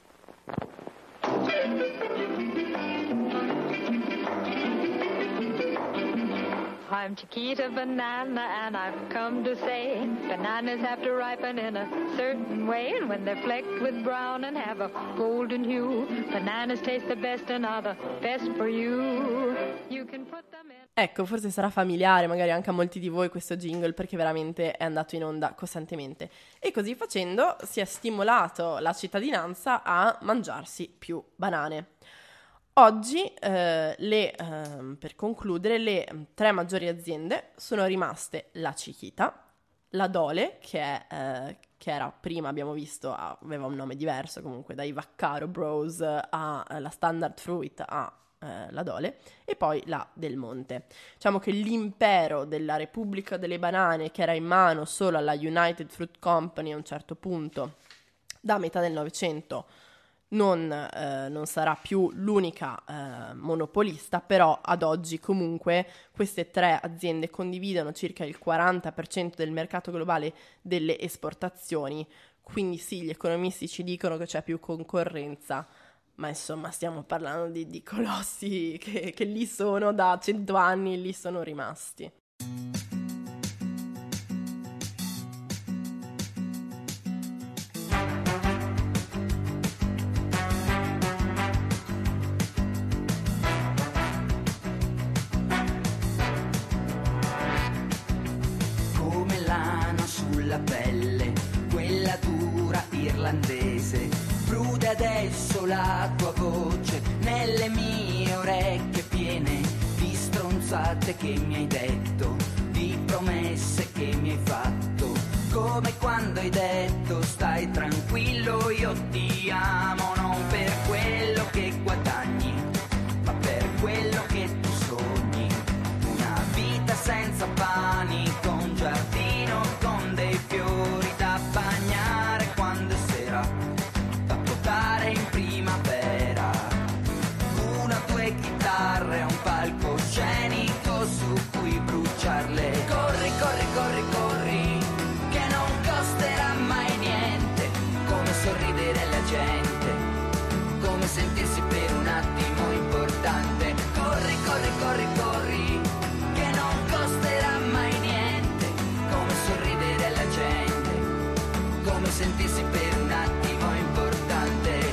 [SPEAKER 3] I'm Chiquita Banana and I've come to say bananas have to ripen in a certain way, and when they're flecked with brown and have a golden hue, bananas taste the best and are the best for you. You can put them in.
[SPEAKER 1] Ecco, forse sarà familiare magari anche a molti di voi questo jingle perché veramente è andato in onda costantemente e così facendo si è stimolato la cittadinanza a mangiarsi più banane. Oggi, eh, le, eh, per concludere, le tre maggiori aziende sono rimaste la Chiquita, la Dole, che, è, eh, che era prima, abbiamo visto, aveva un nome diverso comunque, dai Vaccaro Bros alla Standard Fruit a eh, la Dole, e poi la Del Monte. Diciamo che l'impero della Repubblica delle Banane, che era in mano solo alla United Fruit Company a un certo punto, da metà del Novecento, non, eh, non sarà più l'unica eh, monopolista, però ad oggi comunque queste tre aziende condividono circa il quaranta per cento del mercato globale delle esportazioni, quindi sì, gli economisti ci dicono che c'è più concorrenza, ma insomma stiamo parlando di, di colossi che, che lì sono da cento anni e lì sono rimasti.
[SPEAKER 4] Come lana sulla pelle, quella dura irlandese, prude adesso la tua voce nelle mie orecchie piene di stronzate che mi hai detto, di promesse che mi hai fatto, come quando hai detto stai tranquillo, io ti amo non per quello che guadagni, ma per quello che tu sogni, una vita senza panico, un giardino con dei fiori da bagnare quando è sera, da potare in primavera, una o due chitarre, un palcoscenico su cui bruciarle. Corri, corri, corri, corri, che non costerà mai niente, come sorridere alla gente, come sentirsi per un attimo importante. Corri, corri, corri, corri, che non costerà mai niente, come sorridere alla gente, come sentirsi per un attimo importante.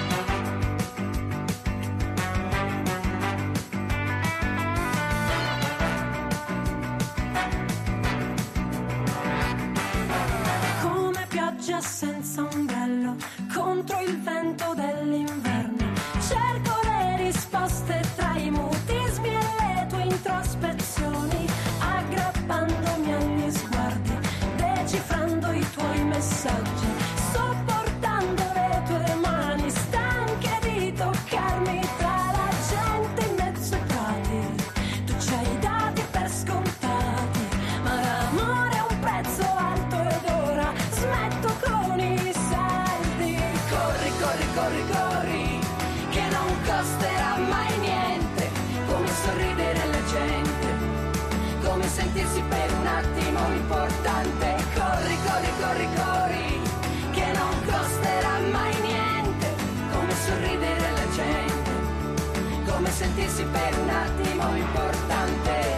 [SPEAKER 5] Come pioggia senza ombrello contro il vento dell'inverno, cerco le risposte tra i mutismi e le tue introspezioni, aggrappandomi agli sguardi, decifrando i tuoi messaggi, sopportando le tue mani stanche di toccarmi tra la gente in mezzo ai prati. Tu ci hai dati per scontati, ma l'amore ha un prezzo alto ed ora smetto con i saldi. Corri, corri, corri, corri, che non costerà mai niente, come sorridere alla gente, come sentirsi per un attimo importante. Corri, corri, corri, corri, che non costerà mai niente, come sorridere alla gente, come sentirsi per un attimo importante.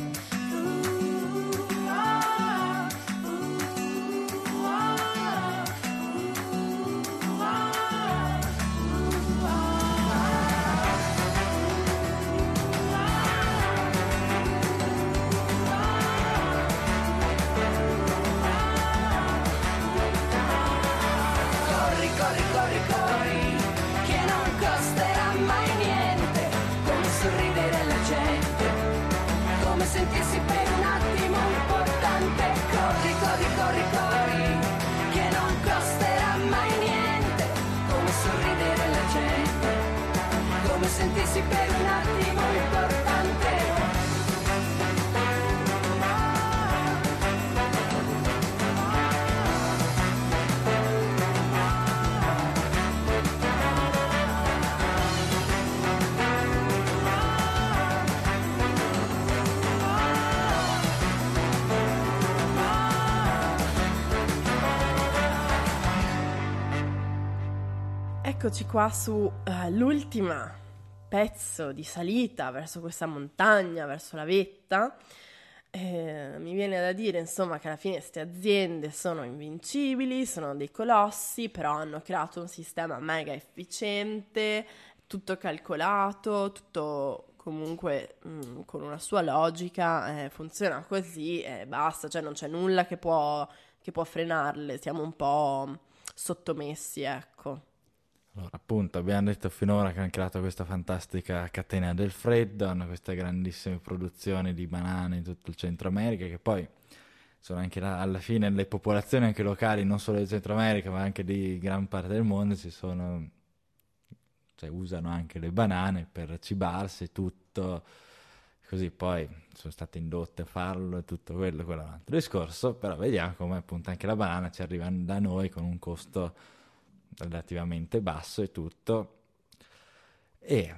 [SPEAKER 5] Corri, corri, corri, corri, che non costerà mai niente, come sorridere alla gente, come sentirsi per un attimo importante. Corri, corri, corri, corri, che non costerà mai niente, come sorridere alla gente, come sentirsi per un attimo importante.
[SPEAKER 1] Eccoci qua su eh, l'ultima pezzo di salita verso questa montagna, verso la vetta. Eh, mi viene da dire insomma che alla fine queste aziende sono invincibili, sono dei colossi, però hanno creato un sistema mega efficiente, tutto calcolato, tutto comunque mh, con una sua logica, eh, funziona così e basta, cioè non c'è nulla che può, che può frenarle, siamo un po' sottomessi, ecco.
[SPEAKER 2] Allora, appunto, abbiamo detto finora che hanno creato questa fantastica catena del freddo, hanno queste grandissime produzioni di banane in tutto il Centro America, che poi sono anche la- alla fine le popolazioni anche locali, non solo del Centro America, ma anche di gran parte del mondo, si sono cioè usano anche le banane per cibarsi e tutto, così poi sono state indotte a farlo e tutto quello, quello è un altro discorso, però vediamo come appunto anche la banana ci arriva da noi con un costo relativamente basso e tutto, e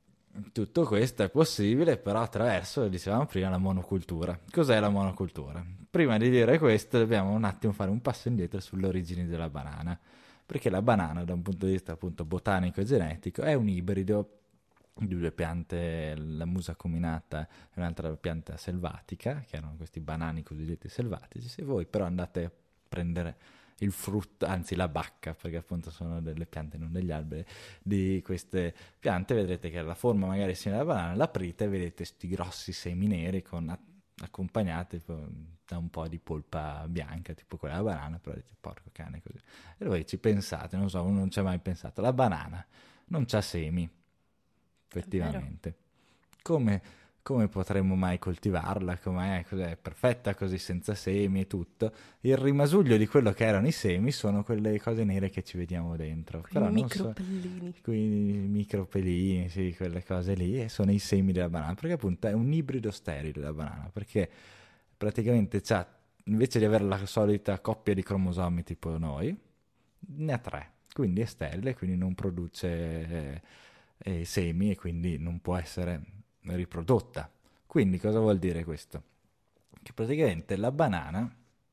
[SPEAKER 2] tutto questo è possibile però attraverso, dicevamo prima, la monocultura. Cos'è la monocultura? Prima di dire questo dobbiamo un attimo fare un passo indietro sulle origini della banana, perché la banana da un punto di vista appunto botanico e genetico è un ibrido di due piante, la musa acuminata e un'altra pianta selvatica, che erano questi banani cosiddetti selvatici. Se voi però andate a prendere il frutto, anzi la bacca, perché appunto sono delle piante, non degli alberi, di queste piante, vedrete che la forma magari simile alla banana, l'aprite e vedete sti grossi semi neri con, accompagnati da un po' di polpa bianca, tipo quella della banana, però dite porco cane così. E voi ci pensate, non so, uno non ci ha mai pensato, la banana non c'ha semi, effettivamente. Come, come potremmo mai coltivarla? Com'è? Cos'è? Perfetta così, senza semi e tutto. Il rimasuglio di quello che erano i semi sono quelle cose nere che ci vediamo dentro.
[SPEAKER 1] Quei
[SPEAKER 2] Però non so,
[SPEAKER 1] micropellini.
[SPEAKER 2] quei micropelini, sì, quelle cose lì, e sono i semi della banana, perché appunto è un ibrido sterile la banana, perché praticamente c'ha, invece di avere la solita coppia di cromosomi tipo noi, ne ha tre, quindi è sterile, quindi non produce eh, eh, semi e quindi non può essere riprodotta. Quindi cosa vuol dire questo? Che praticamente la banana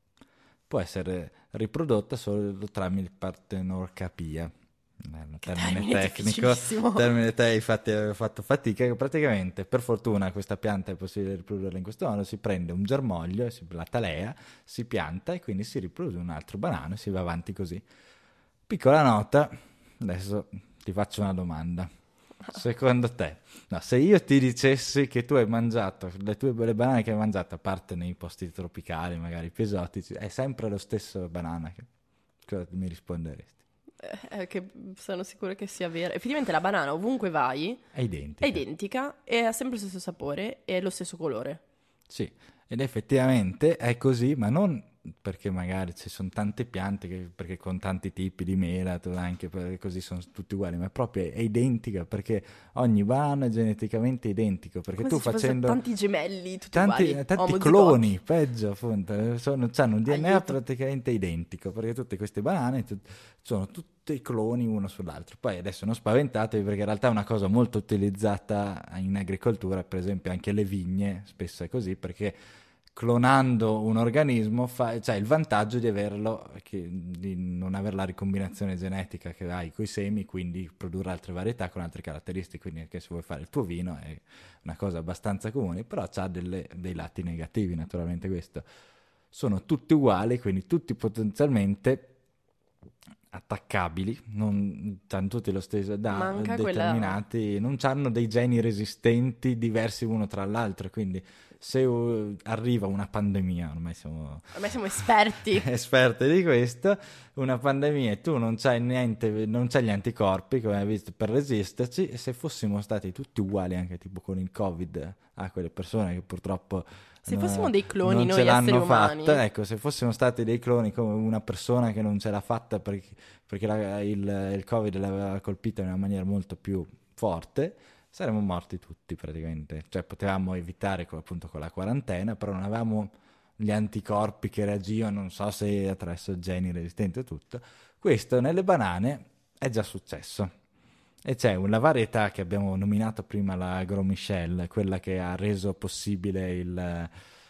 [SPEAKER 2] può essere riprodotta solo tramite partenorcapia, è un termine
[SPEAKER 1] termine
[SPEAKER 2] tecnico,
[SPEAKER 1] difficilissimo.
[SPEAKER 2] termine te infatti avevo fatto fatica, che praticamente per fortuna questa pianta è possibile riprodurla in questo modo, si prende un germoglio, si- la talea, si pianta e quindi si riproduce un altro banano e si va avanti così. Piccola nota, adesso ti faccio una domanda. Secondo te, no, se io ti dicessi che tu hai mangiato le tue le banane che hai mangiato, a parte nei posti tropicali, magari più esotici, è sempre lo stesso banana, che, cosa mi risponderesti?
[SPEAKER 1] Eh, che sono sicura che sia vero. Effettivamente la banana ovunque vai
[SPEAKER 2] È identica.
[SPEAKER 1] è identica e ha sempre lo stesso sapore e lo stesso colore.
[SPEAKER 2] Sì, ed effettivamente è così, ma non perché magari ci sono tante piante, che- perché con tanti tipi di mela, tu- anche perché così sono tutti uguali, ma è proprio è identica, perché ogni banano è geneticamente identico, perché
[SPEAKER 1] Come
[SPEAKER 2] tu
[SPEAKER 1] se ci fossero
[SPEAKER 2] facendo
[SPEAKER 1] tanti gemelli, tutti
[SPEAKER 2] tanti,
[SPEAKER 1] uguali,
[SPEAKER 2] tanti
[SPEAKER 1] omozigoti.
[SPEAKER 2] cloni, peggio appunto, sono, hanno un D N A
[SPEAKER 1] Aiuto.
[SPEAKER 2] praticamente identico, perché tutte queste banane tu- sono tutti cloni uno sull'altro. Poi adesso non spaventatevi, perché in realtà è una cosa molto utilizzata in agricoltura, per esempio anche le vigne, spesso è così, perché clonando un organismo fa, c'è il vantaggio di averlo, che- di non avere la ricombinazione genetica che hai coi semi, quindi produrre altre varietà con altre caratteristiche, quindi anche se vuoi fare il tuo vino è una cosa abbastanza comune, però ha dei lati negativi naturalmente questo. Sono tutti uguali, quindi tutti potenzialmente attaccabili, non hanno tutti lo stesso, da
[SPEAKER 1] Manca quella-
[SPEAKER 2] determinati, non hanno dei geni resistenti diversi uno tra l'altro, quindi se uh, arriva una pandemia, ormai siamo
[SPEAKER 1] Ormai siamo esperti.
[SPEAKER 2] esperti di questo, una pandemia e tu non c'hai niente, non c'hai gli anticorpi, come hai visto, per resisterci, e se fossimo stati tutti uguali anche tipo con il Covid a quelle persone che purtroppo
[SPEAKER 1] Se
[SPEAKER 2] non-
[SPEAKER 1] fossimo dei cloni
[SPEAKER 2] non
[SPEAKER 1] noi
[SPEAKER 2] ce l'hanno
[SPEAKER 1] esseri umani.
[SPEAKER 2] fatta, ecco, se fossimo stati dei cloni come una persona che non ce l'ha fatta perché, perché la- il, il Covid l'aveva colpita in una maniera molto più forte, saremmo morti tutti praticamente. Cioè potevamo evitare co- appunto con la quarantena, però non avevamo gli anticorpi che reagivano, non so se attraverso geni resistenti o tutto. Questo nelle banane è già successo. E c'è una varietà che abbiamo nominato prima, la Gros Michel, quella che ha reso possibile il,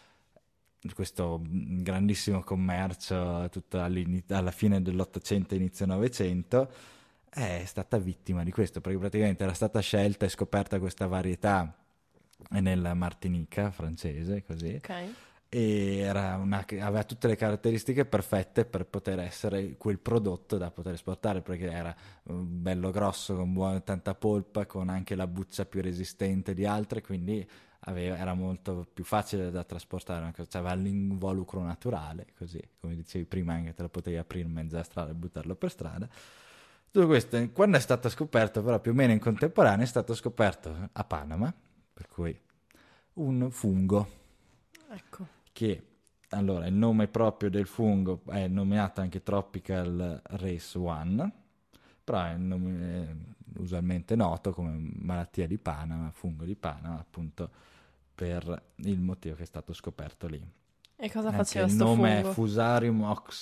[SPEAKER 2] questo grandissimo commercio tutto all'ini- alla fine dell'Ottocento e inizio Novecento, è stata vittima di questo, perché praticamente era stata scelta e scoperta questa varietà nella Martinica francese, così,
[SPEAKER 1] Ok.
[SPEAKER 2] e era una, aveva tutte le caratteristiche perfette per poter essere quel prodotto da poter esportare, perché era eh, bello grosso, con buona, tanta polpa, con anche la buccia più resistente di altre, quindi aveva- era molto più facile da trasportare, una cosa- aveva l'involucro naturale, così come dicevi prima, anche te lo potevi aprire in mezzo alla strada e buttarlo per strada. Tutto questo, quando è stato scoperto, però più o meno in contemporanea, è stato scoperto a Panama, per cui un fungo
[SPEAKER 1] Ecco.
[SPEAKER 2] che, allora, il nome proprio del fungo è nominato anche Tropical Race uno, però è, nom- è usualmente noto come malattia di Panama, fungo di Panama, appunto per il motivo che è stato scoperto lì.
[SPEAKER 1] E cosa
[SPEAKER 2] Anche
[SPEAKER 1] faceva
[SPEAKER 2] il
[SPEAKER 1] sto
[SPEAKER 2] nome
[SPEAKER 1] fungo?
[SPEAKER 2] è Fusarium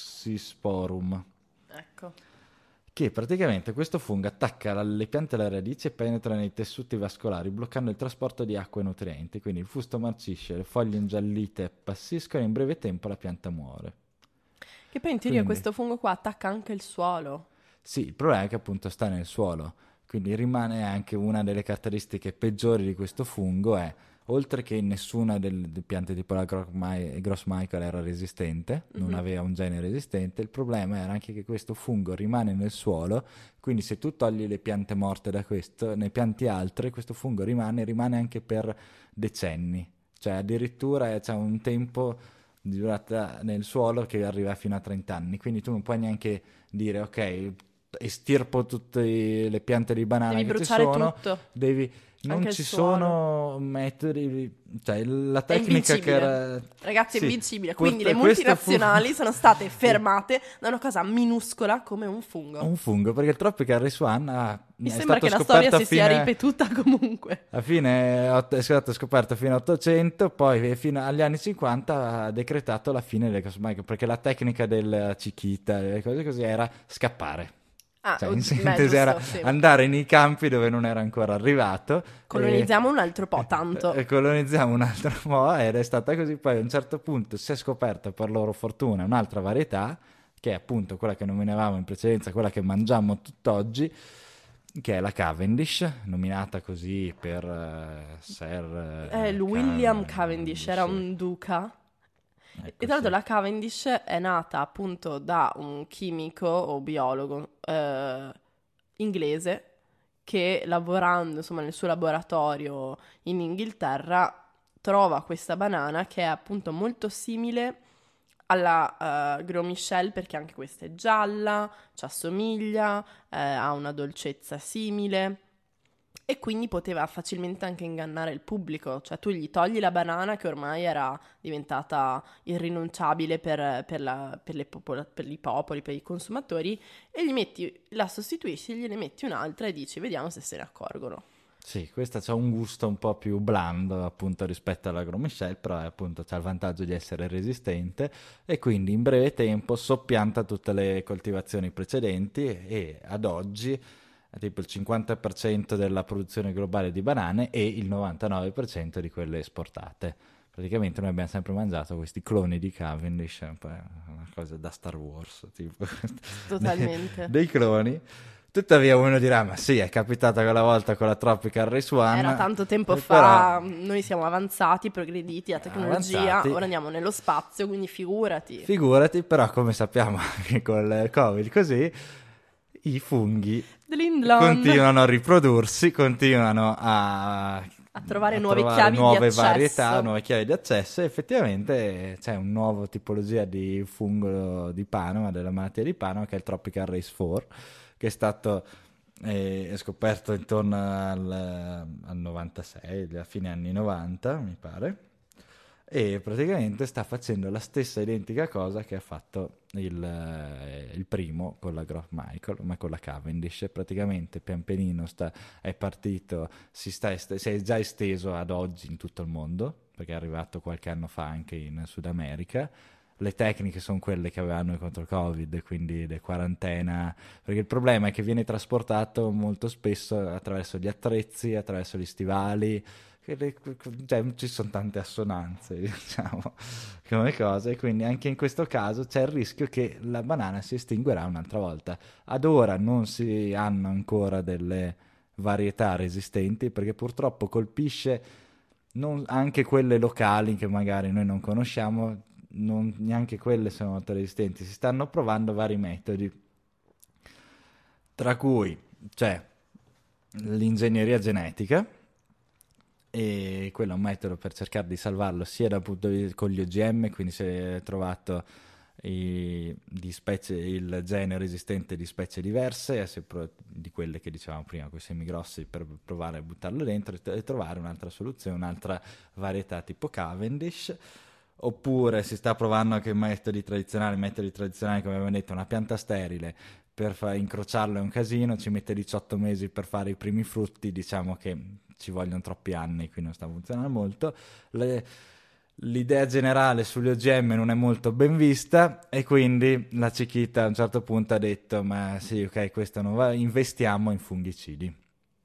[SPEAKER 2] oxysporum,
[SPEAKER 1] Ecco.
[SPEAKER 2] che praticamente questo fungo attacca le piante alle radici e penetra nei tessuti vascolari, bloccando il trasporto di acqua e nutrienti. Quindi il fusto marcisce, le foglie ingiallite appassiscono e in breve tempo la pianta muore.
[SPEAKER 1] Che poi in teoria
[SPEAKER 2] Quindi-
[SPEAKER 1] questo fungo qua attacca anche il suolo.
[SPEAKER 2] Sì, il problema è che appunto sta nel suolo, quindi rimane anche una delle caratteristiche peggiori di questo fungo è, oltre che nessuna delle, delle piante tipo la Gross- Gross Michael era resistente, non
[SPEAKER 1] Mhm.
[SPEAKER 2] aveva un gene resistente, il problema era anche che questo fungo rimane nel suolo, quindi se tu togli le piante morte da questo, ne pianti altre, questo fungo rimane, rimane anche per decenni, cioè addirittura c'è un tempo di durata nel suolo che arriva fino a trenta anni, quindi tu non puoi neanche dire ok, estirpo tutte le piante di banana
[SPEAKER 1] Devi
[SPEAKER 2] che ci
[SPEAKER 1] bruciare
[SPEAKER 2] sono,
[SPEAKER 1] tutto.
[SPEAKER 2] devi non
[SPEAKER 1] Anche il
[SPEAKER 2] ci
[SPEAKER 1] suolo.
[SPEAKER 2] sono metodi, cioè la
[SPEAKER 1] È
[SPEAKER 2] tecnica che
[SPEAKER 1] invincibile.
[SPEAKER 2] era
[SPEAKER 1] Ragazzi, è
[SPEAKER 2] sì,
[SPEAKER 1] invincibile.
[SPEAKER 2] pur-
[SPEAKER 1] Quindi le
[SPEAKER 2] questo
[SPEAKER 1] multinazionali
[SPEAKER 2] fu-
[SPEAKER 1] sono state fermate da una cosa minuscola come un fungo.
[SPEAKER 2] un fungo, perché il Tropical Race One ha,
[SPEAKER 1] Mi
[SPEAKER 2] è
[SPEAKER 1] sembra
[SPEAKER 2] stato
[SPEAKER 1] che la storia
[SPEAKER 2] scoperto
[SPEAKER 1] si
[SPEAKER 2] a
[SPEAKER 1] sia
[SPEAKER 2] fine-
[SPEAKER 1] ripetuta comunque.
[SPEAKER 2] a fine ott- è stato scoperto fino all'Ottocento, poi fino agli anni cinquanta ha decretato la fine delle Gross Michael, perché la tecnica del Chiquita e le cose così era scappare.
[SPEAKER 1] Ah,
[SPEAKER 2] Cioè,
[SPEAKER 1] od-
[SPEAKER 2] in
[SPEAKER 1] beh,
[SPEAKER 2] sintesi
[SPEAKER 1] giusto,
[SPEAKER 2] era
[SPEAKER 1] sì.
[SPEAKER 2] andare nei campi dove non era ancora arrivato.
[SPEAKER 1] Colonizziamo
[SPEAKER 2] e-
[SPEAKER 1] un altro po', tanto.
[SPEAKER 2] e colonizziamo un altro po' ed è stata così. Poi a un certo punto si è scoperta, per loro fortuna, un'altra varietà, che è appunto quella che nominavamo in precedenza, quella che mangiamo tutt'oggi, che è la Cavendish, nominata così per eh, Sir
[SPEAKER 1] Eh,
[SPEAKER 2] eh,
[SPEAKER 1] il William Cavendish era un duca.
[SPEAKER 2] Ecco,
[SPEAKER 1] E tra l'altro
[SPEAKER 2] sì.
[SPEAKER 1] la Cavendish è nata appunto da un chimico o biologo eh, inglese che lavorando insomma nel suo laboratorio in Inghilterra trova questa banana che è appunto molto simile alla uh, Gros Michel, perché anche questa è gialla, ci assomiglia, eh, ha una dolcezza simile e quindi poteva facilmente anche ingannare il pubblico, cioè tu gli togli la banana che ormai era diventata irrinunciabile per, per, la- per le popola- per i popoli, per i consumatori, e gli metti, la sostituisci, gliene metti un'altra e dici vediamo se se ne accorgono.
[SPEAKER 2] Sì, questa c'ha un gusto un po' più blando appunto rispetto alla Gros Michel, però è, appunto c'ha il vantaggio di essere resistente e quindi in breve tempo soppianta tutte le coltivazioni precedenti e ad oggi è tipo il cinquanta per cento della produzione globale di banane e il novantanove per cento di quelle esportate. Praticamente noi abbiamo sempre mangiato questi cloni di Cavendish, un po' una cosa da Star Wars, tipo
[SPEAKER 1] Totalmente.
[SPEAKER 2] dei cloni. Tuttavia uno dirà, ma sì, è capitata quella volta con la Tropical Race One.
[SPEAKER 1] Era tanto tempo
[SPEAKER 2] eh,
[SPEAKER 1] fa,
[SPEAKER 2] però,
[SPEAKER 1] noi siamo avanzati, progrediti, la tecnologia,
[SPEAKER 2] Avanzati.
[SPEAKER 1] ora andiamo nello spazio, quindi figurati.
[SPEAKER 2] figurati, però come sappiamo anche col Covid così, i funghi
[SPEAKER 1] Dlindlon.
[SPEAKER 2] continuano a riprodursi, continuano a,
[SPEAKER 1] A trovare
[SPEAKER 2] a
[SPEAKER 1] nuove
[SPEAKER 2] trovare
[SPEAKER 1] chiavi di
[SPEAKER 2] nuove
[SPEAKER 1] accesso.
[SPEAKER 2] varietà, nuove chiavi di accesso e effettivamente c'è una nuova tipologia di fungo di Panama, della malattia di Panama, che è il Tropical Race quattro, che è stato eh, scoperto intorno al, al novantasei, a fine anni novanta, mi pare, e praticamente sta facendo la stessa identica cosa che ha fatto il, eh, il primo con la Gross Michael, ma con la Cavendish. Praticamente pian pianino sta, è partito, si, sta est- si è già esteso ad oggi in tutto il mondo, perché è arrivato qualche anno fa anche in Sud America. Le tecniche sono quelle che avevano contro il Covid, quindi le quarantena, perché il problema è che viene trasportato molto spesso attraverso gli attrezzi, attraverso gli stivali, che le- cioè, ci sono tante assonanze, diciamo, come cose, e quindi anche in questo caso c'è il rischio che la banana si estinguerà un'altra volta. Ad ora non si hanno ancora delle varietà resistenti, perché purtroppo colpisce non- anche quelle locali che magari noi non conosciamo, non- neanche quelle sono molto resistenti. Si stanno provando vari metodi, tra cui c'è l'ingegneria genetica, e quello è un metodo per cercare di salvarlo sia dal punto di vista con gli O G M, quindi si è trovato i- di specie, il gene resistente di specie diverse, e si pro- di quelle che dicevamo prima, quei semigrossi, per provare a buttarlo dentro e, e trovare un'altra soluzione, un'altra varietà tipo Cavendish. Oppure si sta provando anche metodi tradizionali, metodi tradizionali come abbiamo detto, una pianta sterile per far incrociarlo è un casino, ci mette diciotto mesi per fare i primi frutti, diciamo che ci vogliono troppi anni, qui non sta funzionando molto. Le, l'idea generale sugli O G M non è molto ben vista e quindi la Chiquita a un certo punto ha detto ma sì, ok, questo non va, investiamo in fungicidi.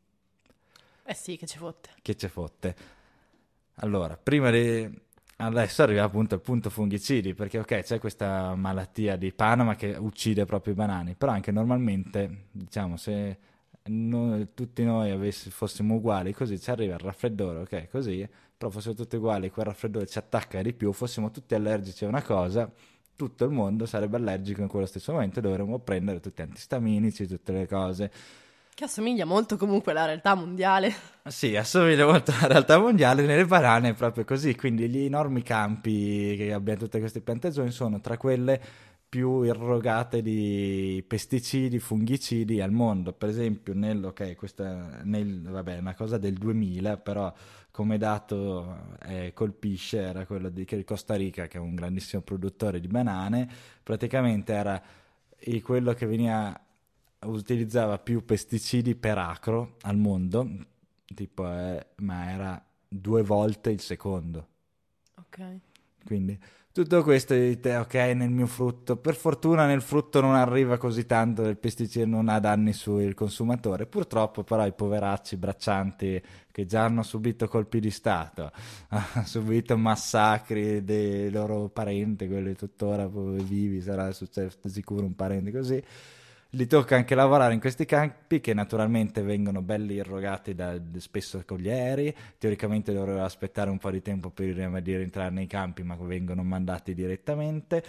[SPEAKER 1] Eh sì, che ci fotte.
[SPEAKER 2] Che ci fotte. Allora, prima di... Adesso arriva appunto il punto fungicidi, perché ok, c'è questa malattia di Panama che uccide proprio i banani, però anche normalmente, diciamo, se noi, tutti noi avessi, fossimo uguali così, ci arriva il raffreddore, ok, così, però fossimo tutti uguali, quel raffreddore ci attacca di più, fossimo tutti allergici a una cosa, tutto il mondo sarebbe allergico in quello stesso momento e dovremmo prendere tutti antistaminici, tutte le cose.
[SPEAKER 1] Che assomiglia molto comunque alla realtà mondiale.
[SPEAKER 2] Sì, assomiglia molto alla realtà mondiale, nelle banane è proprio così, quindi gli enormi campi che abbiamo tutte queste piantagioni sono tra quelle più irrogate di pesticidi, fungicidi al mondo. Per esempio, nel, ok, questa nel, vabbè, è una cosa del duemila, però come dato eh, colpisce, era quello di che il Costa Rica, che è un grandissimo produttore di banane, praticamente era eh, quello che veniva utilizzava più pesticidi per acro al mondo, tipo eh, ma era due volte il secondo.
[SPEAKER 1] Ok.
[SPEAKER 2] Quindi tutto questo dite ok, nel mio frutto, per fortuna nel frutto non arriva così tanto, il pesticida non ha danni sul consumatore, purtroppo però i poveracci braccianti che già hanno subito colpi di stato, hanno subito massacri dei loro parenti, quelli tuttora vivi, sarà successo sicuro un parente così, gli tocca anche lavorare in questi campi che naturalmente vengono belli irrogati da, spesso con gli aerei, teoricamente dovrebbero aspettare un po' di tempo prima di rientrare nei campi, ma vengono mandati direttamente.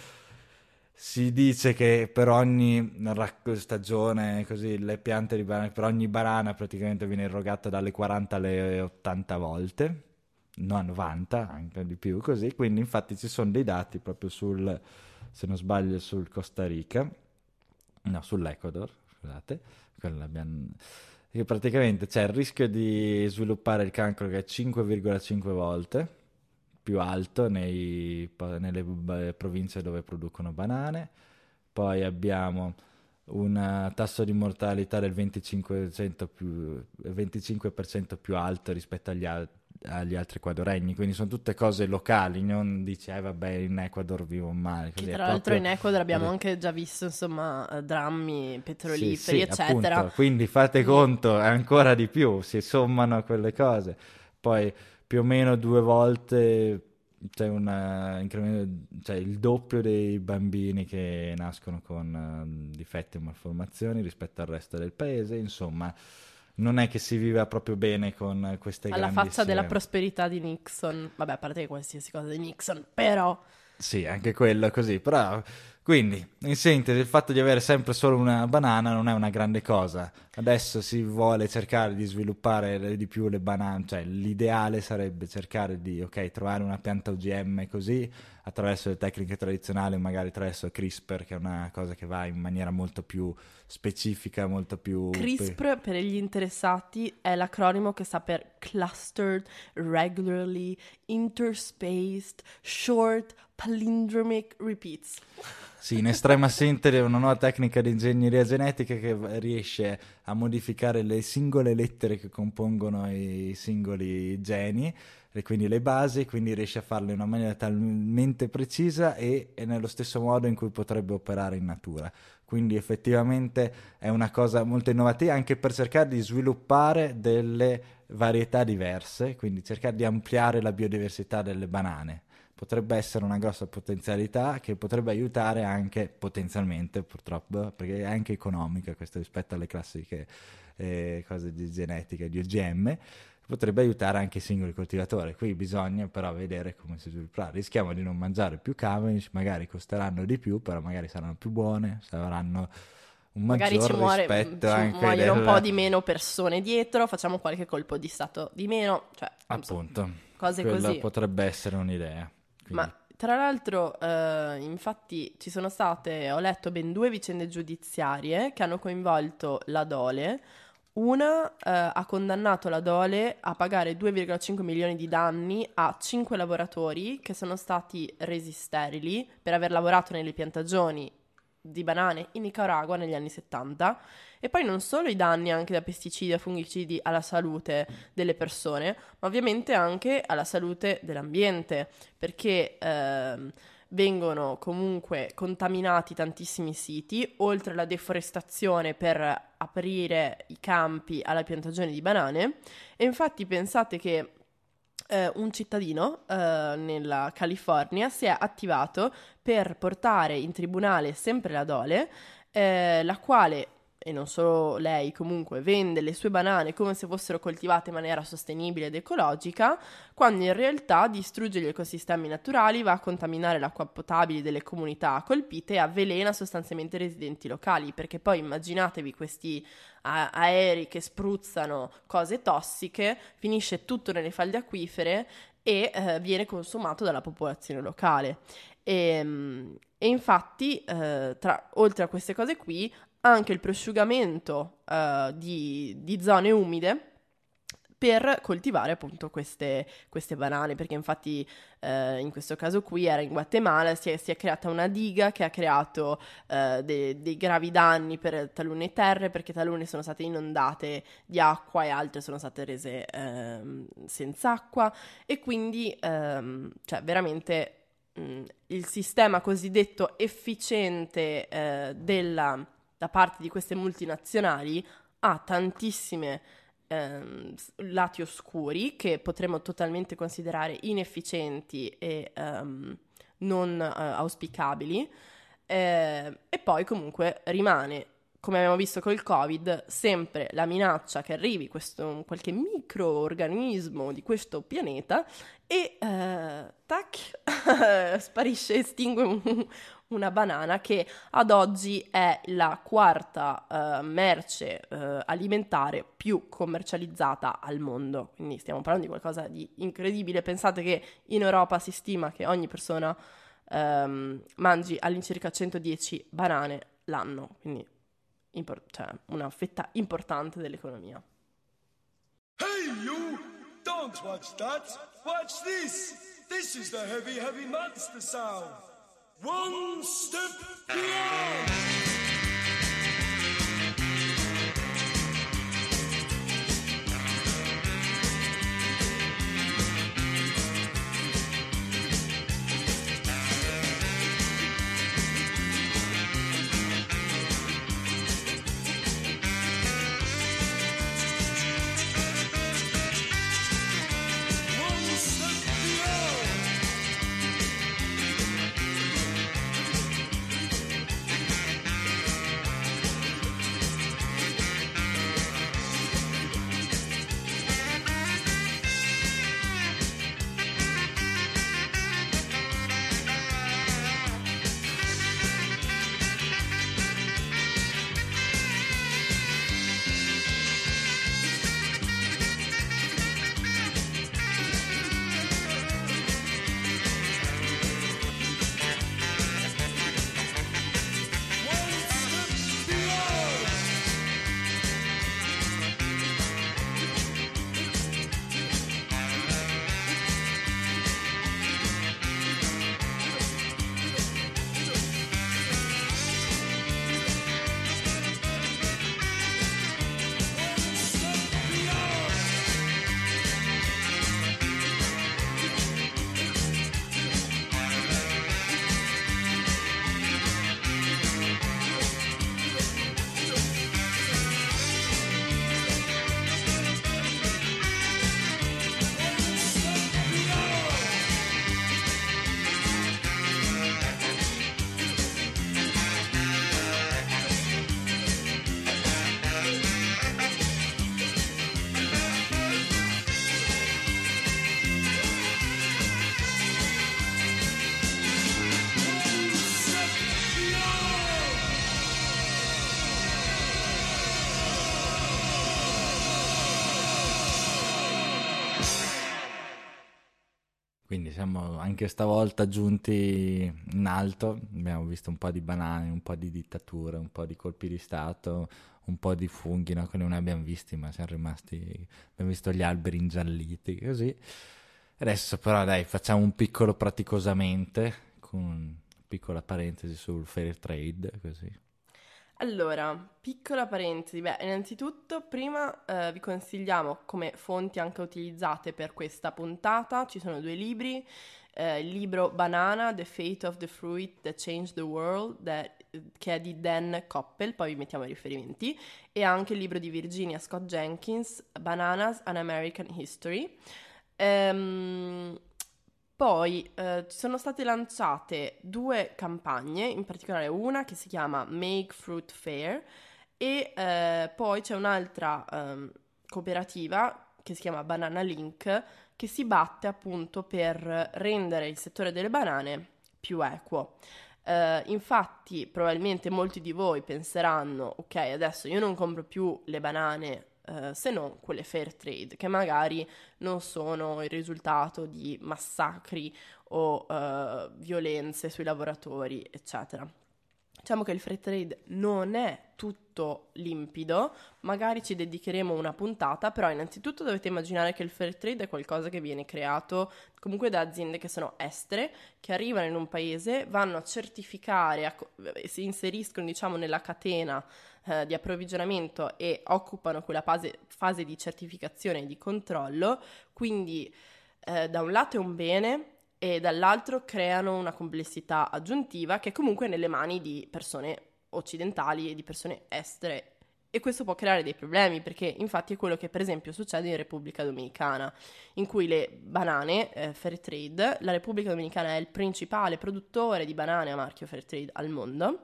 [SPEAKER 2] Si dice che per ogni rac- stagione, così, le piante di banana, per ogni banana praticamente viene irrogata dalle quaranta alle ottanta volte, no a novanta, anche di più così, quindi infatti ci sono dei dati proprio sul, se non sbaglio, sul Costa Rica, no, sull'Ecuador, scusate, quello abbiamo... che praticamente c'è il rischio di sviluppare il cancro che è cinque virgola cinque volte più alto nei, nelle province dove producono banane, poi abbiamo un tasso di mortalità del venticinque per cento più, venticinque per cento più alto rispetto agli altri agli altri equadoregni, quindi sono tutte cose locali, non dici eh vabbè in Ecuador vivo male, così.
[SPEAKER 1] Che
[SPEAKER 2] È
[SPEAKER 1] tra l'altro
[SPEAKER 2] proprio...
[SPEAKER 1] in Ecuador abbiamo anche già visto insomma drammi petroliferi
[SPEAKER 2] sì, sì,
[SPEAKER 1] eccetera,
[SPEAKER 2] appunto. Quindi fate conto, è ancora di più, si sommano quelle cose, poi più o meno due volte c'è un incremento, cioè il doppio dei bambini che nascono con uh, difetti o malformazioni rispetto al resto del paese, insomma non è che si viva proprio bene con queste
[SPEAKER 1] alla
[SPEAKER 2] grandissime...
[SPEAKER 1] faccia della prosperità di Nixon, vabbè a parte qualsiasi cosa di Nixon, però
[SPEAKER 2] sì, anche quello così, però quindi in sintesi il fatto di avere sempre solo una banana non è una grande cosa. Adesso si vuole cercare di sviluppare di più le banane, cioè l'ideale sarebbe cercare di ok, trovare una pianta O G M così attraverso le tecniche tradizionali, magari attraverso CRISPR, che è una cosa che va in maniera molto più specifica, molto più...
[SPEAKER 1] CRISPR per gli interessati è l'acronimo che sta per Clustered Regularly Interspaced Short Palindromic Repeats.
[SPEAKER 2] Sì, in estrema sintesi è una nuova tecnica di ingegneria genetica che riesce a modificare le singole lettere che compongono i singoli geni, e quindi le basi, quindi riesce a farle in una maniera talmente precisa e, e nello stesso modo in cui potrebbe operare in natura. Quindi effettivamente è una cosa molto innovativa anche per cercare di sviluppare delle varietà diverse, quindi cercare di ampliare la biodiversità delle banane. Potrebbe essere una grossa potenzialità che potrebbe aiutare anche potenzialmente, purtroppo, perché è anche economica questo rispetto alle classiche eh, cose di genetica di O G M, potrebbe aiutare anche i singoli coltivatori. Qui bisogna però vedere come si svilupperà. Rischiamo di non mangiare più Cavendish, magari costeranno di più, però magari saranno più buone, saranno un maggior
[SPEAKER 1] magari ci muore,
[SPEAKER 2] rispetto
[SPEAKER 1] ci
[SPEAKER 2] anche
[SPEAKER 1] muoiono
[SPEAKER 2] del...
[SPEAKER 1] un po' di meno persone dietro, facciamo qualche colpo di stato di meno, cioè
[SPEAKER 2] appunto,
[SPEAKER 1] insomma, cose
[SPEAKER 2] quella
[SPEAKER 1] così.
[SPEAKER 2] potrebbe essere un'idea. Quindi...
[SPEAKER 1] Ma tra l'altro, eh, infatti, ci sono state, ho letto ben due vicende giudiziarie che hanno coinvolto la Dole. Una eh, ha condannato la Dole a pagare due virgola cinque milioni di danni a cinque lavoratori che sono stati resi sterili per aver lavorato nelle piantagioni di banane in Nicaragua negli anni settanta, e poi non solo i danni anche da pesticidi e fungicidi alla salute delle persone, ma ovviamente anche alla salute dell'ambiente, perché ehm, vengono comunque contaminati tantissimi siti, oltre alla deforestazione per aprire i campi alla piantagione di banane. E infatti pensate che eh, un cittadino eh, nella California si è attivato per portare in tribunale sempre la Dole, eh, la quale, e non solo lei, comunque vende le sue banane come se fossero coltivate in maniera sostenibile ed ecologica, quando in realtà distrugge gli ecosistemi naturali, va a contaminare l'acqua potabile delle comunità colpite e avvelena sostanzialmente i residenti locali, perché poi immaginatevi questi a- aerei che spruzzano cose tossiche, finisce tutto nelle falde acquifere e eh, viene consumato dalla popolazione locale. E, e infatti, eh, tra, oltre a queste cose qui, anche il prosciugamento uh, di, di zone umide per coltivare appunto queste, queste banane, perché infatti uh, in questo caso qui era in Guatemala, si è, si è creata una diga che ha creato uh, de, dei gravi danni per talune terre, perché talune sono state inondate di acqua e altre sono state rese uh, senza acqua, e quindi um, cioè veramente um, il sistema cosiddetto efficiente uh, della da parte di queste multinazionali ha tantissime ehm, lati oscuri che potremmo totalmente considerare inefficienti e ehm, non eh, auspicabili, eh, e poi comunque rimane, come abbiamo visto col Covid, sempre la minaccia che arrivi questo qualche microorganismo di questo pianeta e eh, tac, sparisce, estingue un, una banana che ad oggi è la quarta uh, merce uh, alimentare più commercializzata al mondo. Quindi stiamo parlando di qualcosa di incredibile. Pensate che in Europa si stima che ogni persona um, mangi all'incirca centodieci banane l'anno, quindi impor- cioè una fetta importante dell'economia.
[SPEAKER 6] Hey you! Don't watch that! Watch this! This is the heavy, heavy monster sound! One step beyond!
[SPEAKER 2] Quindi siamo anche stavolta giunti in alto, abbiamo visto un po' di banane, un po' di dittatura, un po' di colpi di stato, un po' di funghi, no? Che non ne abbiamo visti, ma siamo rimasti, abbiamo visto gli alberi ingialliti, così. Adesso però dai, facciamo un piccolo praticosamente, con piccola parentesi sul fair trade, così.
[SPEAKER 1] Allora, piccola parentesi, beh, innanzitutto prima eh, vi consigliamo come fonti anche utilizzate per questa puntata, ci sono due libri, eh, il libro Banana, The Fate of the Fruit That Changed the World, that- che è di Dan Koppel, poi vi mettiamo i riferimenti, e anche il libro di Virginia Scott Jenkins, Bananas, An American History. Ehm... Poi eh, ci sono state lanciate due campagne, in particolare una che si chiama Make Fruit Fair e eh, poi c'è un'altra ehm, cooperativa che si chiama Banana Link che si batte appunto per rendere il settore delle banane più equo. Eh, infatti probabilmente molti di voi penseranno, ok, adesso io non compro più le banane Uh, se non quelle fair trade, che magari non sono il risultato di massacri o uh, violenze sui lavoratori, eccetera. Diciamo che il fair trade non è tutto limpido, magari ci dedicheremo una puntata, però innanzitutto dovete immaginare che il fair trade è qualcosa che viene creato comunque da aziende che sono estere, che arrivano in un paese, vanno a certificare, a, si inseriscono diciamo nella catena eh, di approvvigionamento e occupano quella fase, fase di certificazione e di controllo, quindi eh, da un lato è un bene, e dall'altro creano una complessità aggiuntiva che è comunque nelle mani di persone occidentali e di persone estere. E questo può creare dei problemi, perché infatti è quello che per esempio succede in Repubblica Dominicana, in cui le banane eh, fair trade, la Repubblica Dominicana è il principale produttore di banane a marchio fair trade al mondo,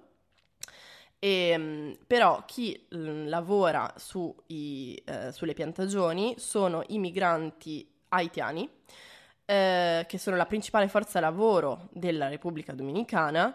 [SPEAKER 1] e, però chi mh, lavora su i, eh, sulle piantagioni sono i migranti haitiani, Eh, che sono la principale forza lavoro della Repubblica Dominicana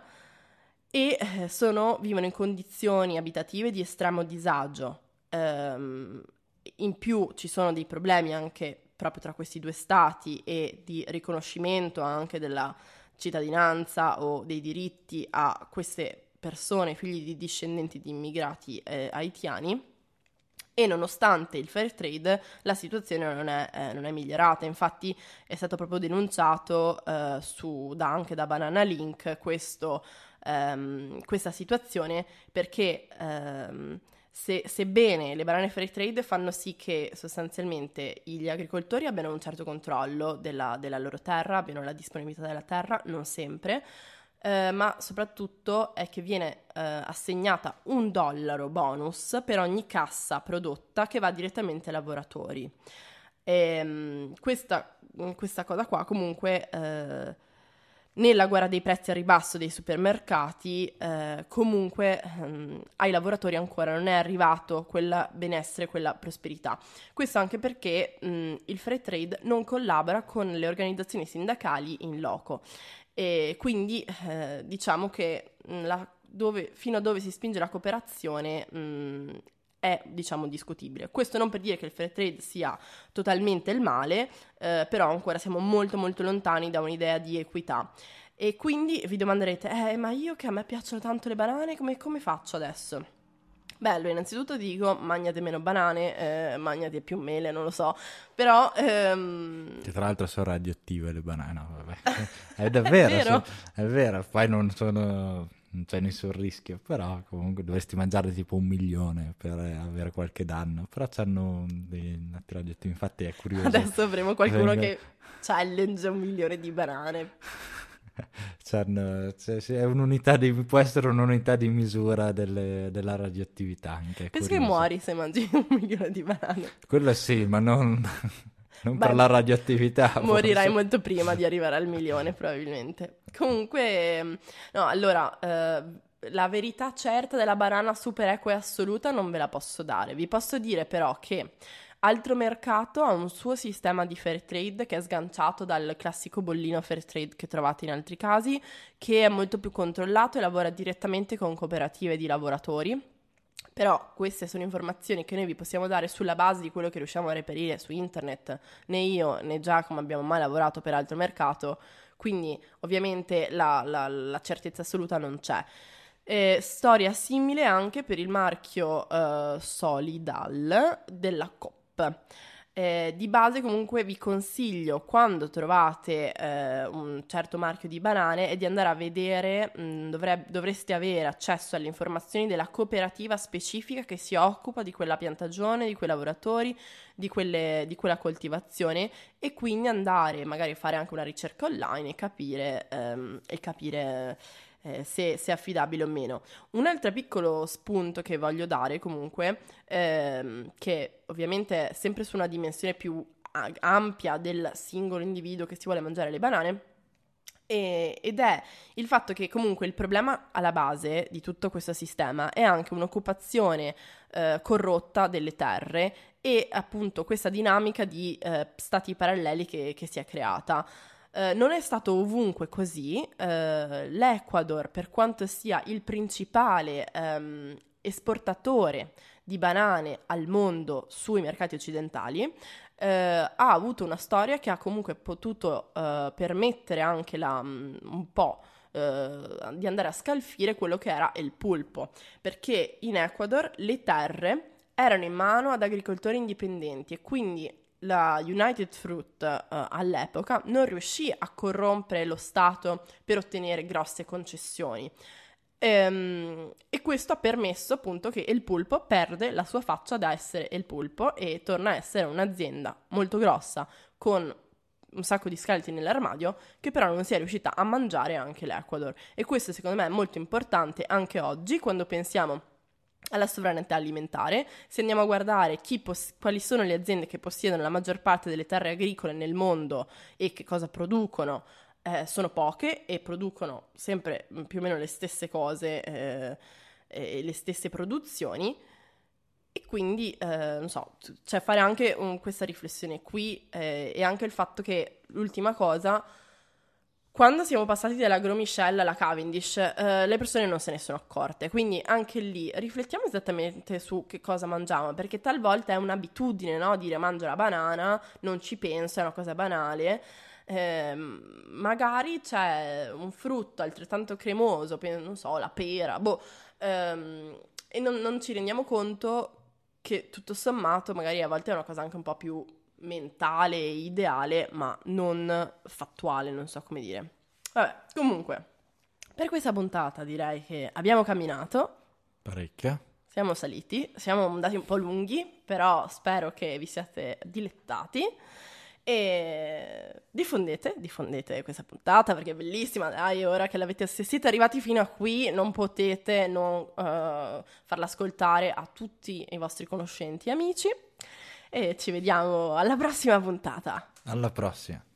[SPEAKER 1] e eh, sono, vivono in condizioni abitative di estremo disagio. Ehm, in più ci sono dei problemi anche proprio tra questi due stati e di riconoscimento anche della cittadinanza o dei diritti a queste persone, figli di discendenti di immigrati eh, haitiani. E nonostante il fair trade la situazione non è, eh, non è migliorata, infatti è stato proprio denunciato eh, su, da, anche da Banana Link questo, ehm, questa situazione perché ehm, se, sebbene le banane fair trade fanno sì che sostanzialmente gli agricoltori abbiano un certo controllo della, della loro terra, abbiano la disponibilità della terra, non sempre, Uh, ma soprattutto è che viene uh, assegnata un dollaro bonus per ogni cassa prodotta che va direttamente ai lavoratori. E, um, questa, questa cosa qua comunque uh, nella guerra dei prezzi a ribasso dei supermercati uh, comunque um, ai lavoratori ancora non è arrivato quel benessere, quella prosperità. Questo anche perché um, il fair trade non collabora con le organizzazioni sindacali in loco. E quindi eh, diciamo che la, dove, fino a dove si spinge la cooperazione mh, è diciamo discutibile. Questo non per dire che il fair trade sia totalmente il male, eh, però ancora siamo molto molto lontani da un'idea di equità. E quindi vi domanderete, eh, ma io che a me piacciono tanto le banane, come, come faccio adesso? Bello, innanzitutto dico, mangiate meno banane, eh, mangiate più mele, non lo so, però... Ehm...
[SPEAKER 2] Che tra l'altro sono radioattive le banane, no, vabbè. È davvero,
[SPEAKER 1] è vero?
[SPEAKER 2] So, è vero, poi non sono, non c'è nessun rischio, però comunque dovresti mangiare tipo un milione per avere qualche danno, però c'hanno dei nati radioattivi, infatti è curioso.
[SPEAKER 1] Adesso avremo qualcuno
[SPEAKER 2] Venga.
[SPEAKER 1] che challenge un milione di banane.
[SPEAKER 2] C'hanno, cioè, sì, è un'unità di, può essere un'unità di misura delle, della radioattività anche.
[SPEAKER 1] Penso che
[SPEAKER 2] curioso.
[SPEAKER 1] muori se mangi un milione di banane.
[SPEAKER 2] Quello sì, ma non, non
[SPEAKER 1] Beh,
[SPEAKER 2] per la radioattività.
[SPEAKER 1] Morirai
[SPEAKER 2] forse.
[SPEAKER 1] molto prima di arrivare al milione, probabilmente. Comunque, no, allora, eh, la verità certa della banana super equa e assoluta non ve la posso dare. Vi posso dire però che Altro Mercato ha un suo sistema di fair trade che è sganciato dal classico bollino fair trade che trovate in altri casi, che è molto più controllato e lavora direttamente con cooperative di lavoratori. Però queste sono informazioni che noi vi possiamo dare sulla base di quello che riusciamo a reperire su internet. Né io né Giacomo abbiamo mai lavorato per Altro Mercato, quindi ovviamente la, la, la certezza assoluta non c'è. Eh, storia simile anche per il marchio eh, Solidal della Coop. Eh, di base comunque vi consiglio, quando trovate eh, un certo marchio di banane, è di andare a vedere, mh, dovre- dovreste avere accesso alle informazioni della cooperativa specifica che si occupa di quella piantagione, di quei lavoratori, di, quelle, di quella coltivazione, e quindi andare magari a fare anche una ricerca online e capire, ehm, e capire eh, se, se è affidabile o meno. Un altro piccolo spunto che voglio dare comunque, ehm, che ovviamente è sempre su una dimensione più a- ampia del singolo individuo che si vuole mangiare le banane, e- ed è il fatto che comunque il problema alla base di tutto questo sistema è anche un'occupazione eh, corrotta delle terre, e appunto questa dinamica di eh, stati paralleli che, che si è creata. Eh, non è stato ovunque così. Eh, L'Ecuador, per quanto sia il principale ehm, esportatore di banane al mondo sui mercati occidentali, eh, ha avuto una storia che ha comunque potuto eh, permettere anche la, mm, un po' eh, di andare a scalfire quello che era il pulpo, perché in Ecuador le terre erano in mano ad agricoltori indipendenti, e quindi la United Fruit eh, all'epoca non riuscì a corrompere lo Stato per ottenere grosse concessioni. Ehm, e questo ha permesso appunto che il pulpo perde la sua faccia da essere il pulpo e torna a essere un'azienda molto grossa con un sacco di scheletri nell'armadio, che però non si è riuscita a mangiare anche l'Ecuador. E questo secondo me è molto importante anche oggi, quando pensiamo alla sovranità alimentare. Se andiamo a guardare chi poss- quali sono le aziende che possiedono la maggior parte delle terre agricole nel mondo e che cosa producono, eh, sono poche, e producono sempre più o meno le stesse cose, eh, e le stesse produzioni. E quindi, eh, non so, t- cioè fare anche un- questa riflessione qui, eh, e anche il fatto che, l'ultima cosa, quando siamo passati dalla Gros Michel alla Cavendish, eh, le persone non se ne sono accorte, quindi anche lì riflettiamo esattamente su che cosa mangiamo, perché talvolta è un'abitudine, no? Dire mangio la banana, non ci penso, è una cosa banale. Ehm, magari c'è un frutto altrettanto cremoso, pe- non so, la pera, boh, ehm, e non, non ci rendiamo conto che tutto sommato magari a volte è una cosa anche un po' più mentale e ideale, ma non fattuale, non so come dire. Vabbè, comunque, per questa puntata direi che abbiamo camminato,
[SPEAKER 2] Parecchia.
[SPEAKER 1] siamo saliti, siamo andati un po' lunghi, però spero che vi siate dilettati. E diffondete, diffondete questa puntata perché è bellissima, dai, ora che l'avete, se siete arrivati fino a qui non potete non uh, farla ascoltare a tutti i vostri conoscenti e amici, e ci vediamo alla prossima puntata.
[SPEAKER 2] Alla prossima.